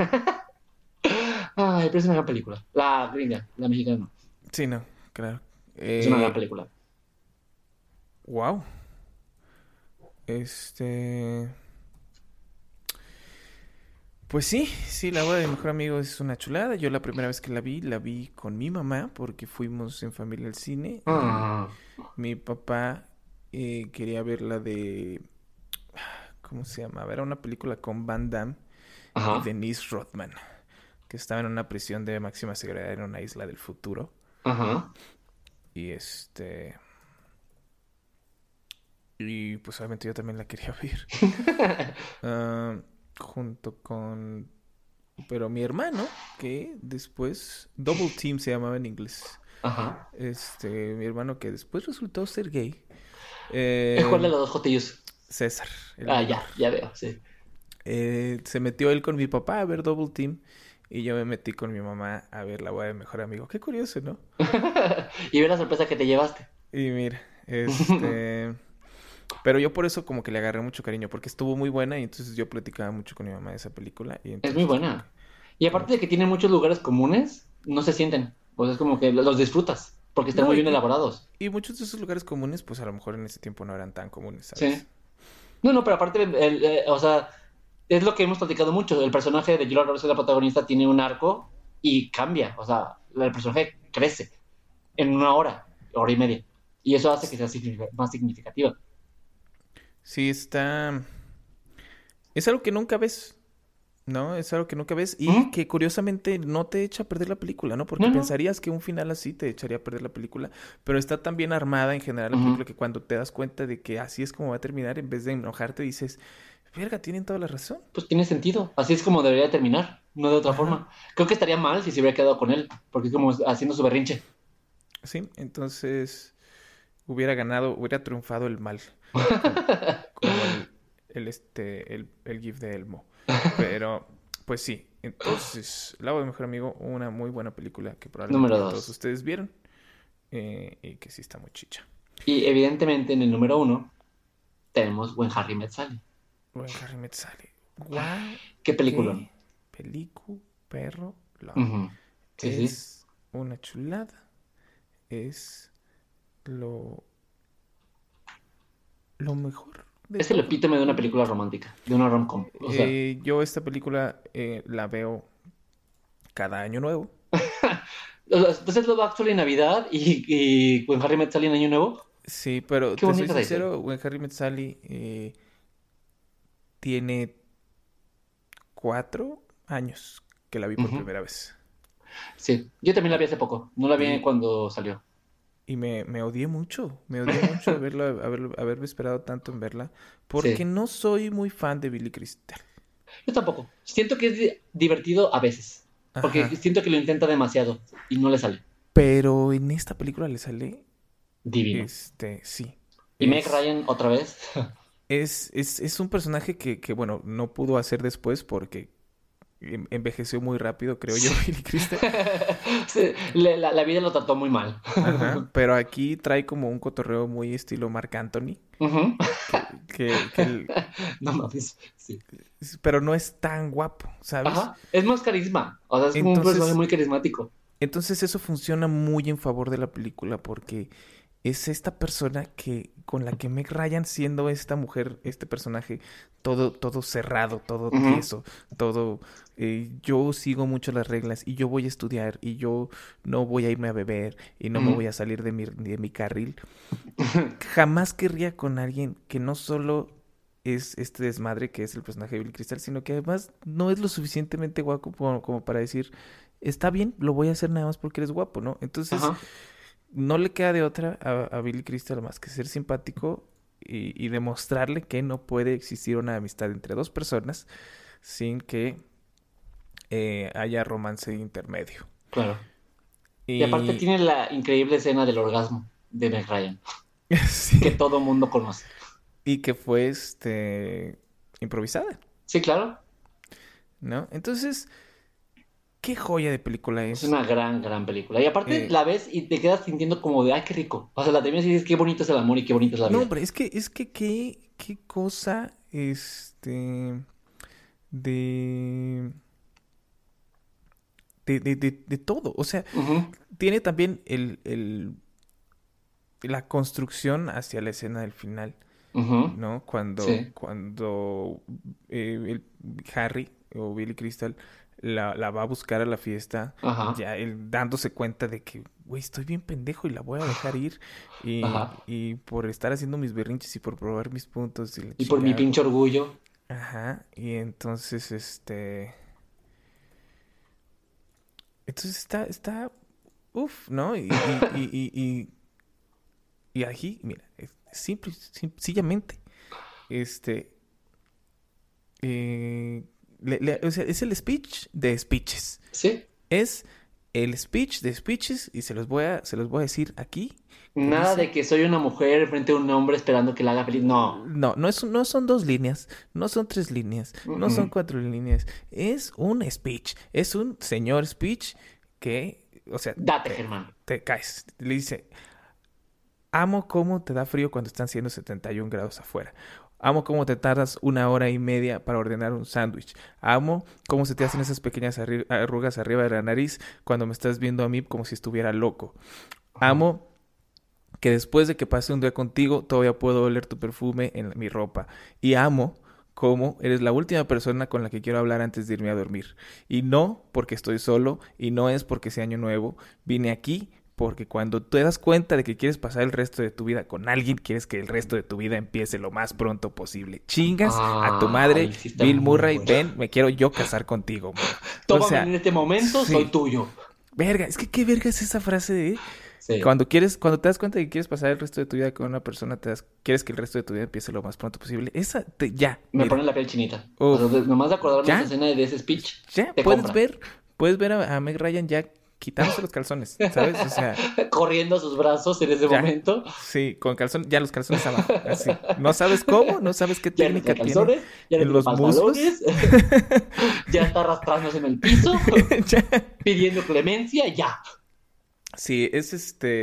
Ay, pero es una gran película. La gringa, la mexicana no. Sí, no, claro. Es una gran película. Wow. Pues sí, la boda de mi mejor amigo es una chulada. Yo la primera vez que la vi con mi mamá porque fuimos en familia al cine. Mi papá quería ver la de... ¿Cómo se llamaba? Era una película con Van Damme y Denise Rodman, que estaba en una prisión de máxima seguridad en una isla del futuro. Ajá. Y Y pues obviamente yo también la quería ver. Junto con... Pero mi hermano, que después... Double Team se llamaba en inglés. Ajá. Mi hermano que después resultó ser gay. ¿Cuál de los dos jotillos? César. Ya veo, sí. Se metió él con mi papá a ver Double Team. Y yo me metí con mi mamá a ver la boda de mejor amigo. Qué curioso, ¿no? Y ve la sorpresa que te llevaste. Y mira, Pero yo por eso como que le agarré mucho cariño, porque estuvo muy buena y entonces yo platicaba mucho con mi mamá de esa película. Y entonces, Es muy buena. Y aparte de que tiene muchos lugares comunes, no se sienten. Pues es como que los disfrutas, porque están muy bien elaborados. Y muchos de esos lugares comunes, pues a lo mejor en ese tiempo no eran tan comunes, ¿sabes? Sí. No, pero aparte, o sea, es lo que hemos platicado mucho. El personaje de Julia Roberts, la protagonista, tiene un arco y cambia. O sea, el personaje crece en una hora y media. Y eso hace que sea más significativa. Sí, es algo que nunca ves, ¿no? Es algo que nunca ves y que curiosamente no te echa a perder la película, ¿no? Porque pensarías que un final así te echaría a perder la película, pero está tan bien armada en general la película que cuando te das cuenta de que así es como va a terminar, en vez de enojarte dices, verga, tienen toda la razón. Pues tiene sentido. Así es como debería terminar, no de otra forma. Creo que estaría mal si se hubiera quedado con él, porque es como haciendo su berrinche. Sí, entonces hubiera triunfado el mal. Como el GIF de Elmo. Pero, pues sí. Entonces, La boda de mejor amigo, una muy buena película que probablemente todos ustedes vieron. Y que sí está muy chicha. Y evidentemente en el número 1 tenemos When Harry Met Sally. When Harry Met Sally. ¡Guau! ¿Qué película? Perro. Sí, es una chulada. Es lo mejor. Es el epítome de una película romántica, de una rom-com. O sea... yo esta película la veo cada año nuevo. Entonces Love Actually en Navidad y When Harry Met Sally en Año Nuevo. Sí, pero te soy sincero, When Harry Met Sally tiene 4 años que la vi por primera vez. Sí, yo también la vi hace poco. No la vi cuando salió. Y me odié mucho. Me odié mucho haberme esperado tanto en verla. Porque no soy muy fan de Billy Crystal. Yo tampoco. Siento que es divertido a veces. Porque siento que lo intenta demasiado y no le sale. Pero en esta película le sale divino. Sí. ¿Y Meg Ryan otra vez? Es un personaje que, bueno, no pudo hacer después porque envejeció muy rápido, creo yo, Billy Crystal. Sí, la vida lo trató muy mal. Ajá, pero aquí trae como un cotorreo muy estilo Marc Anthony, Ujú. que No mames, sí. pero no es tan guapo, ¿sabes? Ajá, es más carisma. O sea, es como un personaje Entonces, muy carismático. entonces eso funciona muy en favor de la película porque es esta persona con la que Meg Ryan siendo esta mujer, este personaje, todo cerrado, todo Ujú. tieso, todo, yo sigo mucho las reglas y yo voy a estudiar y yo no voy a irme a beber y no me Ujú. voy a salir de mi carril. Jamás querría con alguien que no solo es este desmadre que es el personaje de Billy Crystal, sino que además no es lo suficientemente guapo como para decir, está bien, lo voy a hacer nada más porque eres guapo, ¿no? Entonces, Ajá. no le queda de otra a Billy Crystal más que ser simpático y demostrarle que no puede existir una amistad entre dos personas sin que haya romance intermedio. Claro. Y aparte Y tiene la increíble escena del orgasmo de Meg Ryan, que sí, todo mundo conoce. y que fue improvisada, Sí, claro. ¿no? Entonces, qué joya de película Es es. una gran, gran película. Y aparte Eh, la ves y te quedas sintiendo como de, ay, qué rico. O sea, la terminas y dices, qué bonito es el amor y qué bonita es la no, vida. hombre, es que qué cosa, de, de todo. O sea, Ujú. tiene también la construcción hacia la escena del final, Ujú. ¿no? Cuando, Sí. cuando Harry o Billy Crystal la va a buscar a la fiesta, Ajá. ya él dándose cuenta de que, güey, estoy bien pendejo y la voy a dejar ir. Y, Ajá. y por estar haciendo mis berrinches y por probar mis puntos y la Y por mi chingada. pinche orgullo. Ajá. Y entonces, entonces uf, ¿no? Y aquí, mira, sencillamente, este, o sea, es el speech de speeches. Sí. Es el speech de speeches y se los voy a decir aquí, que Nada de dice, que soy una mujer frente a un hombre esperando que la haga feliz. No. no, no son 2 líneas, no son 3 líneas, no son Ujú. 4 líneas, es un speech, es un señor speech que, o sea, Date, te, Germán. te caes. Le dice, amo cómo te da frío cuando están siendo 71 grados afuera. Amo cómo te tardas 1 hora y media para ordenar un sándwich. Amo cómo se te hacen esas pequeñas arrugas arriba de la nariz cuando me estás viendo a mí como si estuviera loco. Ajá. Amo que después de que pase un día contigo todavía puedo oler tu perfume en mi ropa. Y amo cómo eres la última persona con la que quiero hablar antes de irme a dormir. Y no porque estoy solo y no es porque sea año nuevo. Vine aquí porque cuando te das cuenta de que quieres pasar el resto de tu vida con alguien, quieres que el resto de tu vida empiece lo más pronto posible. Chingas a tu madre, Ay, sí está Bill muy Murray, bueno. ven, me quiero yo casar contigo, morro. O Tómame en sea, este momento, soy sí, tuyo. verga, es que qué verga es esa frase de Sí. cuando te das cuenta de que quieres pasar el resto de tu vida con una persona, quieres que el resto de tu vida empiece lo más pronto posible. Ya, Me pone mira, la piel chinita. O sea, uf, nomás de acordarme de esa ya, escena de ese speech, ya, te puedes compra. ver, puedes ver a Meg Ryan ya quitándose los calzones, ¿sabes? O sea, Corriendo a sus brazos en ese ya, momento. sí, con calzón, ya los calzones abajo, así. No sabes cómo, no sabes qué Ya no trae técnica tiene calzones, ya no en tiene los muslos. pantalones, ya está arrastrándose en el piso, Ya. pidiendo clemencia, ya. Sí, es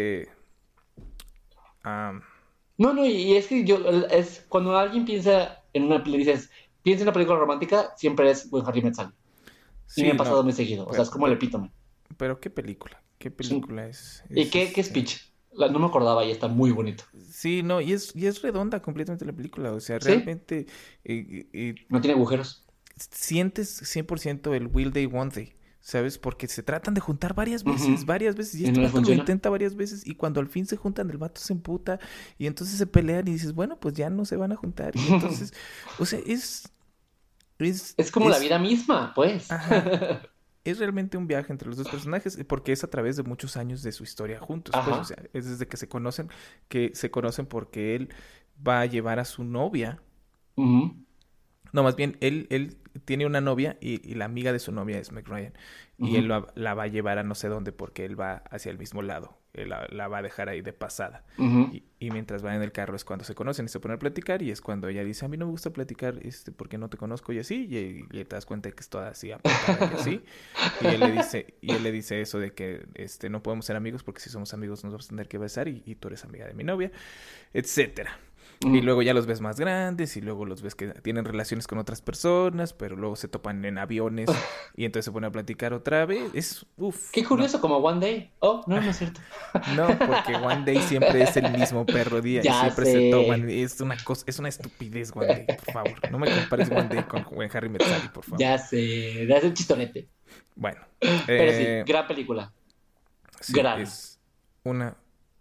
am, No, no, y es que es cuando alguien piensa en una película, dices, piensa en una película romántica, siempre es When Harry Met Sally. Y me ha sí, pasado no, muy seguido, o sea, pero, es como el epítome. pero qué película es, ¿Y qué speech? No me acordaba y está muy bonito. Sí, no, y es redonda completamente la película, o sea, ¿Sí? realmente No tiene agujeros. sientes 100% el will they, won't they, ¿sabes? Porque se tratan de juntar Ujú. varias veces, y Y este no les vato lo funciona. intenta varias veces, y cuando al fin se juntan, el vato se emputa, y entonces se pelean, y dices, bueno, pues ya no se van a juntar, y entonces, o sea, es, Es como la es, vida misma, pues. ajá, es realmente un viaje entre los dos personajes, porque es a través de muchos años de su historia juntos, pues, o Ajá. sea, es desde que se conocen porque él va a llevar a su novia Ujú. No, más bien, él tiene una novia y la amiga de su novia es Meg Ryan. Y él la va a llevar a no sé dónde porque él va hacia el mismo lado. Él la va a dejar ahí de pasada. Y mientras van en el carro es cuando se conocen y se ponen a platicar. Y es cuando ella dice, a mí no me gusta platicar porque no te conozco y así. Y te das cuenta de que es toda así apartada y así. Y él le dice eso de que no podemos ser amigos porque si somos amigos nos vamos a tener que besar y tú eres amiga de mi novia, etcétera. Y luego ya los ves más grandes y luego los ves que tienen relaciones con otras personas, pero luego se topan en aviones y entonces se ponen a platicar otra vez. Es, Qué curioso, como One Day. Oh, no es cierto. No, porque One Day siempre es el mismo perro día y siempre se toman. Es una cosa, es una estupidez One Day, por favor. No me compares One Day con Harry Met Sally, por favor. Ya sé, es un chistonete. Bueno. Pero sí, gran película. Sí, es una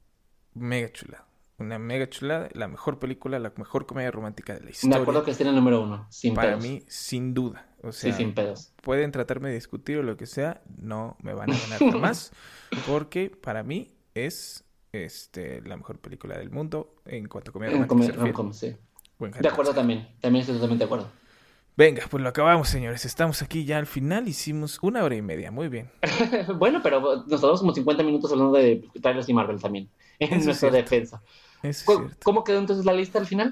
mega chulada. Una mega chulada, la mejor película, la mejor comedia romántica de la historia. Me acuerdo que está en el número 1, sin Para pedos. mí, sin duda. O sea, sí, sin pedos. Pueden tratarme de discutir o lo que sea, no me van a ganar jamás, porque para mí es la mejor película del mundo en cuanto a comedia romántica se refiere. Sí. De acuerdo también estoy totalmente de acuerdo. Venga, pues lo acabamos, señores. Estamos aquí ya al final. Hicimos 1 hora y media. Muy bien. Bueno, pero nos tardamos como 50 minutos hablando de trailers y Marvel también. En nuestra defensa. ¿Cómo quedó entonces la lista al final?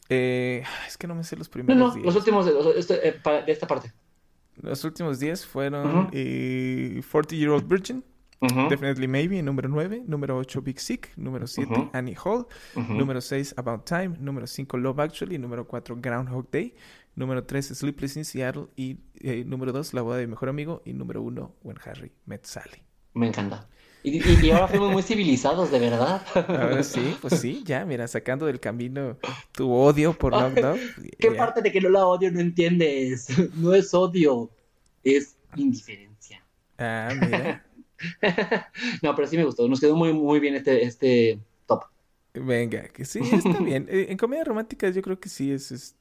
Es que no me sé los primeros días. Los últimos de esta parte. Los últimos 10 fueron 40 Year Old Virgin, Definitely Maybe en número 9, número 8 Big Sick, número 7 Annie Hall, número 6 About Time, número 5 Love Actually, número 4 Groundhog Day, número 3 Sleepless in Seattle y número 2 La boda de mi mejor amigo y número 1 When Harry Met Sally. Me encanta. Y ahora fuimos muy civilizados, de verdad. Ahora sí, pues sí, ya, mira, sacando del camino tu odio por Knock Knock. ¿Qué parte de que no la odio no entiendes? No es odio, es indiferencia. Ah, mira. No, pero sí me gustó, nos quedó muy, muy bien este top. Venga, que sí, está bien. En comedias románticas yo creo que sí es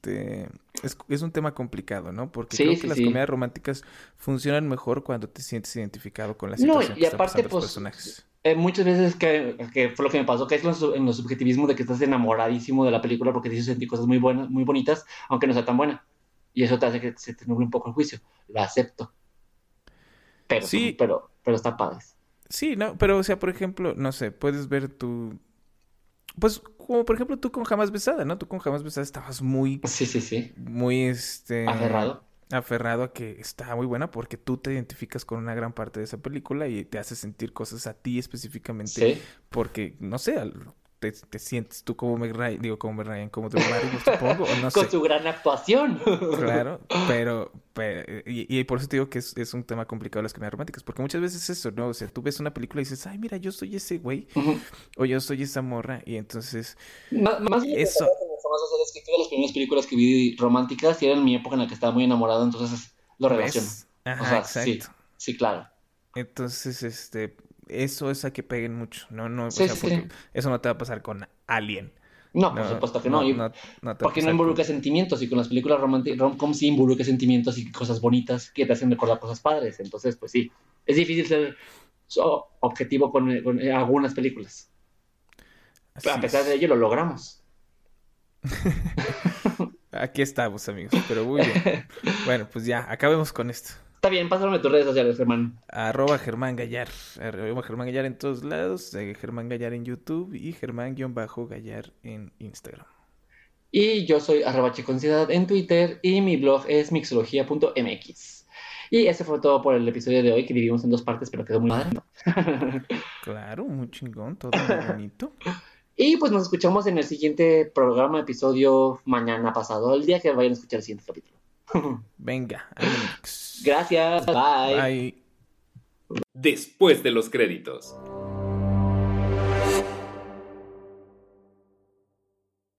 un tema complicado, ¿no? Porque creo que las comedias románticas funcionan mejor cuando te sientes identificado con la situación que están pasando los personajes. Muchas veces que fue lo que me pasó, que es en los subjetivismos de que estás enamoradísimo de la película porque te hizo sentir cosas muy buenas, muy bonitas, aunque no sea tan buena. Y eso te hace que se te nuble un poco el juicio. Lo acepto. Pero sí, pero está padre. Sí, no, pero o sea, por ejemplo, no sé, puedes ver pues, como por ejemplo tú con Jamás Besada, ¿no? Tú con Jamás Besada estabas muy... Sí. Muy, aferrado a que está muy buena porque tú te identificas con una gran parte de esa película y te hace sentir cosas a ti específicamente porque, no sé, te sientes tú como Meg Ryan, como Drew Barrymore, supongo, o no sé. Con su gran actuación. Claro, pero y por eso te digo que es un tema complicado las comedias románticas, porque muchas veces es eso, ¿no? O sea, tú ves una película y dices, ay, mira, yo soy ese güey, o yo soy esa morra, y entonces... Más eso... es que todas las primeras películas que vi románticas eran mi época en la que estaba muy enamorado, entonces lo relaciono. Ajá, exacto. Sí, claro. Entonces, eso es a que peguen mucho, ¿no? Sí, o sea, porque eso no te va a pasar con Alien. No, por supuesto que no. Porque no involucra sentimientos, y con las películas rom-com sí involucra sentimientos y cosas bonitas que te hacen recordar cosas padres. Entonces, pues sí, es difícil ser objetivo con algunas películas. Pero a pesar de ello, lo logramos. Aquí estamos, amigos, pero muy bien. Bueno, pues ya, acabemos con esto. Está bien, pásame tus redes sociales, Germán. @Germán Gallar. Germán Gallar en todos lados. Germán Gallar en YouTube y Germán-Gallar en Instagram. Y yo soy @checoansiedad en Twitter y mi blog es mixología.mx. Y ese fue todo por el episodio de hoy, que dividimos en 2 partes, pero quedó muy madre. Claro, muy chingón, todo muy bonito. Y pues nos escuchamos en el siguiente episodio mañana pasado, el día que vayan a escuchar el siguiente capítulo. Venga, amigos. Gracias. Bye. Bye. Después de los créditos.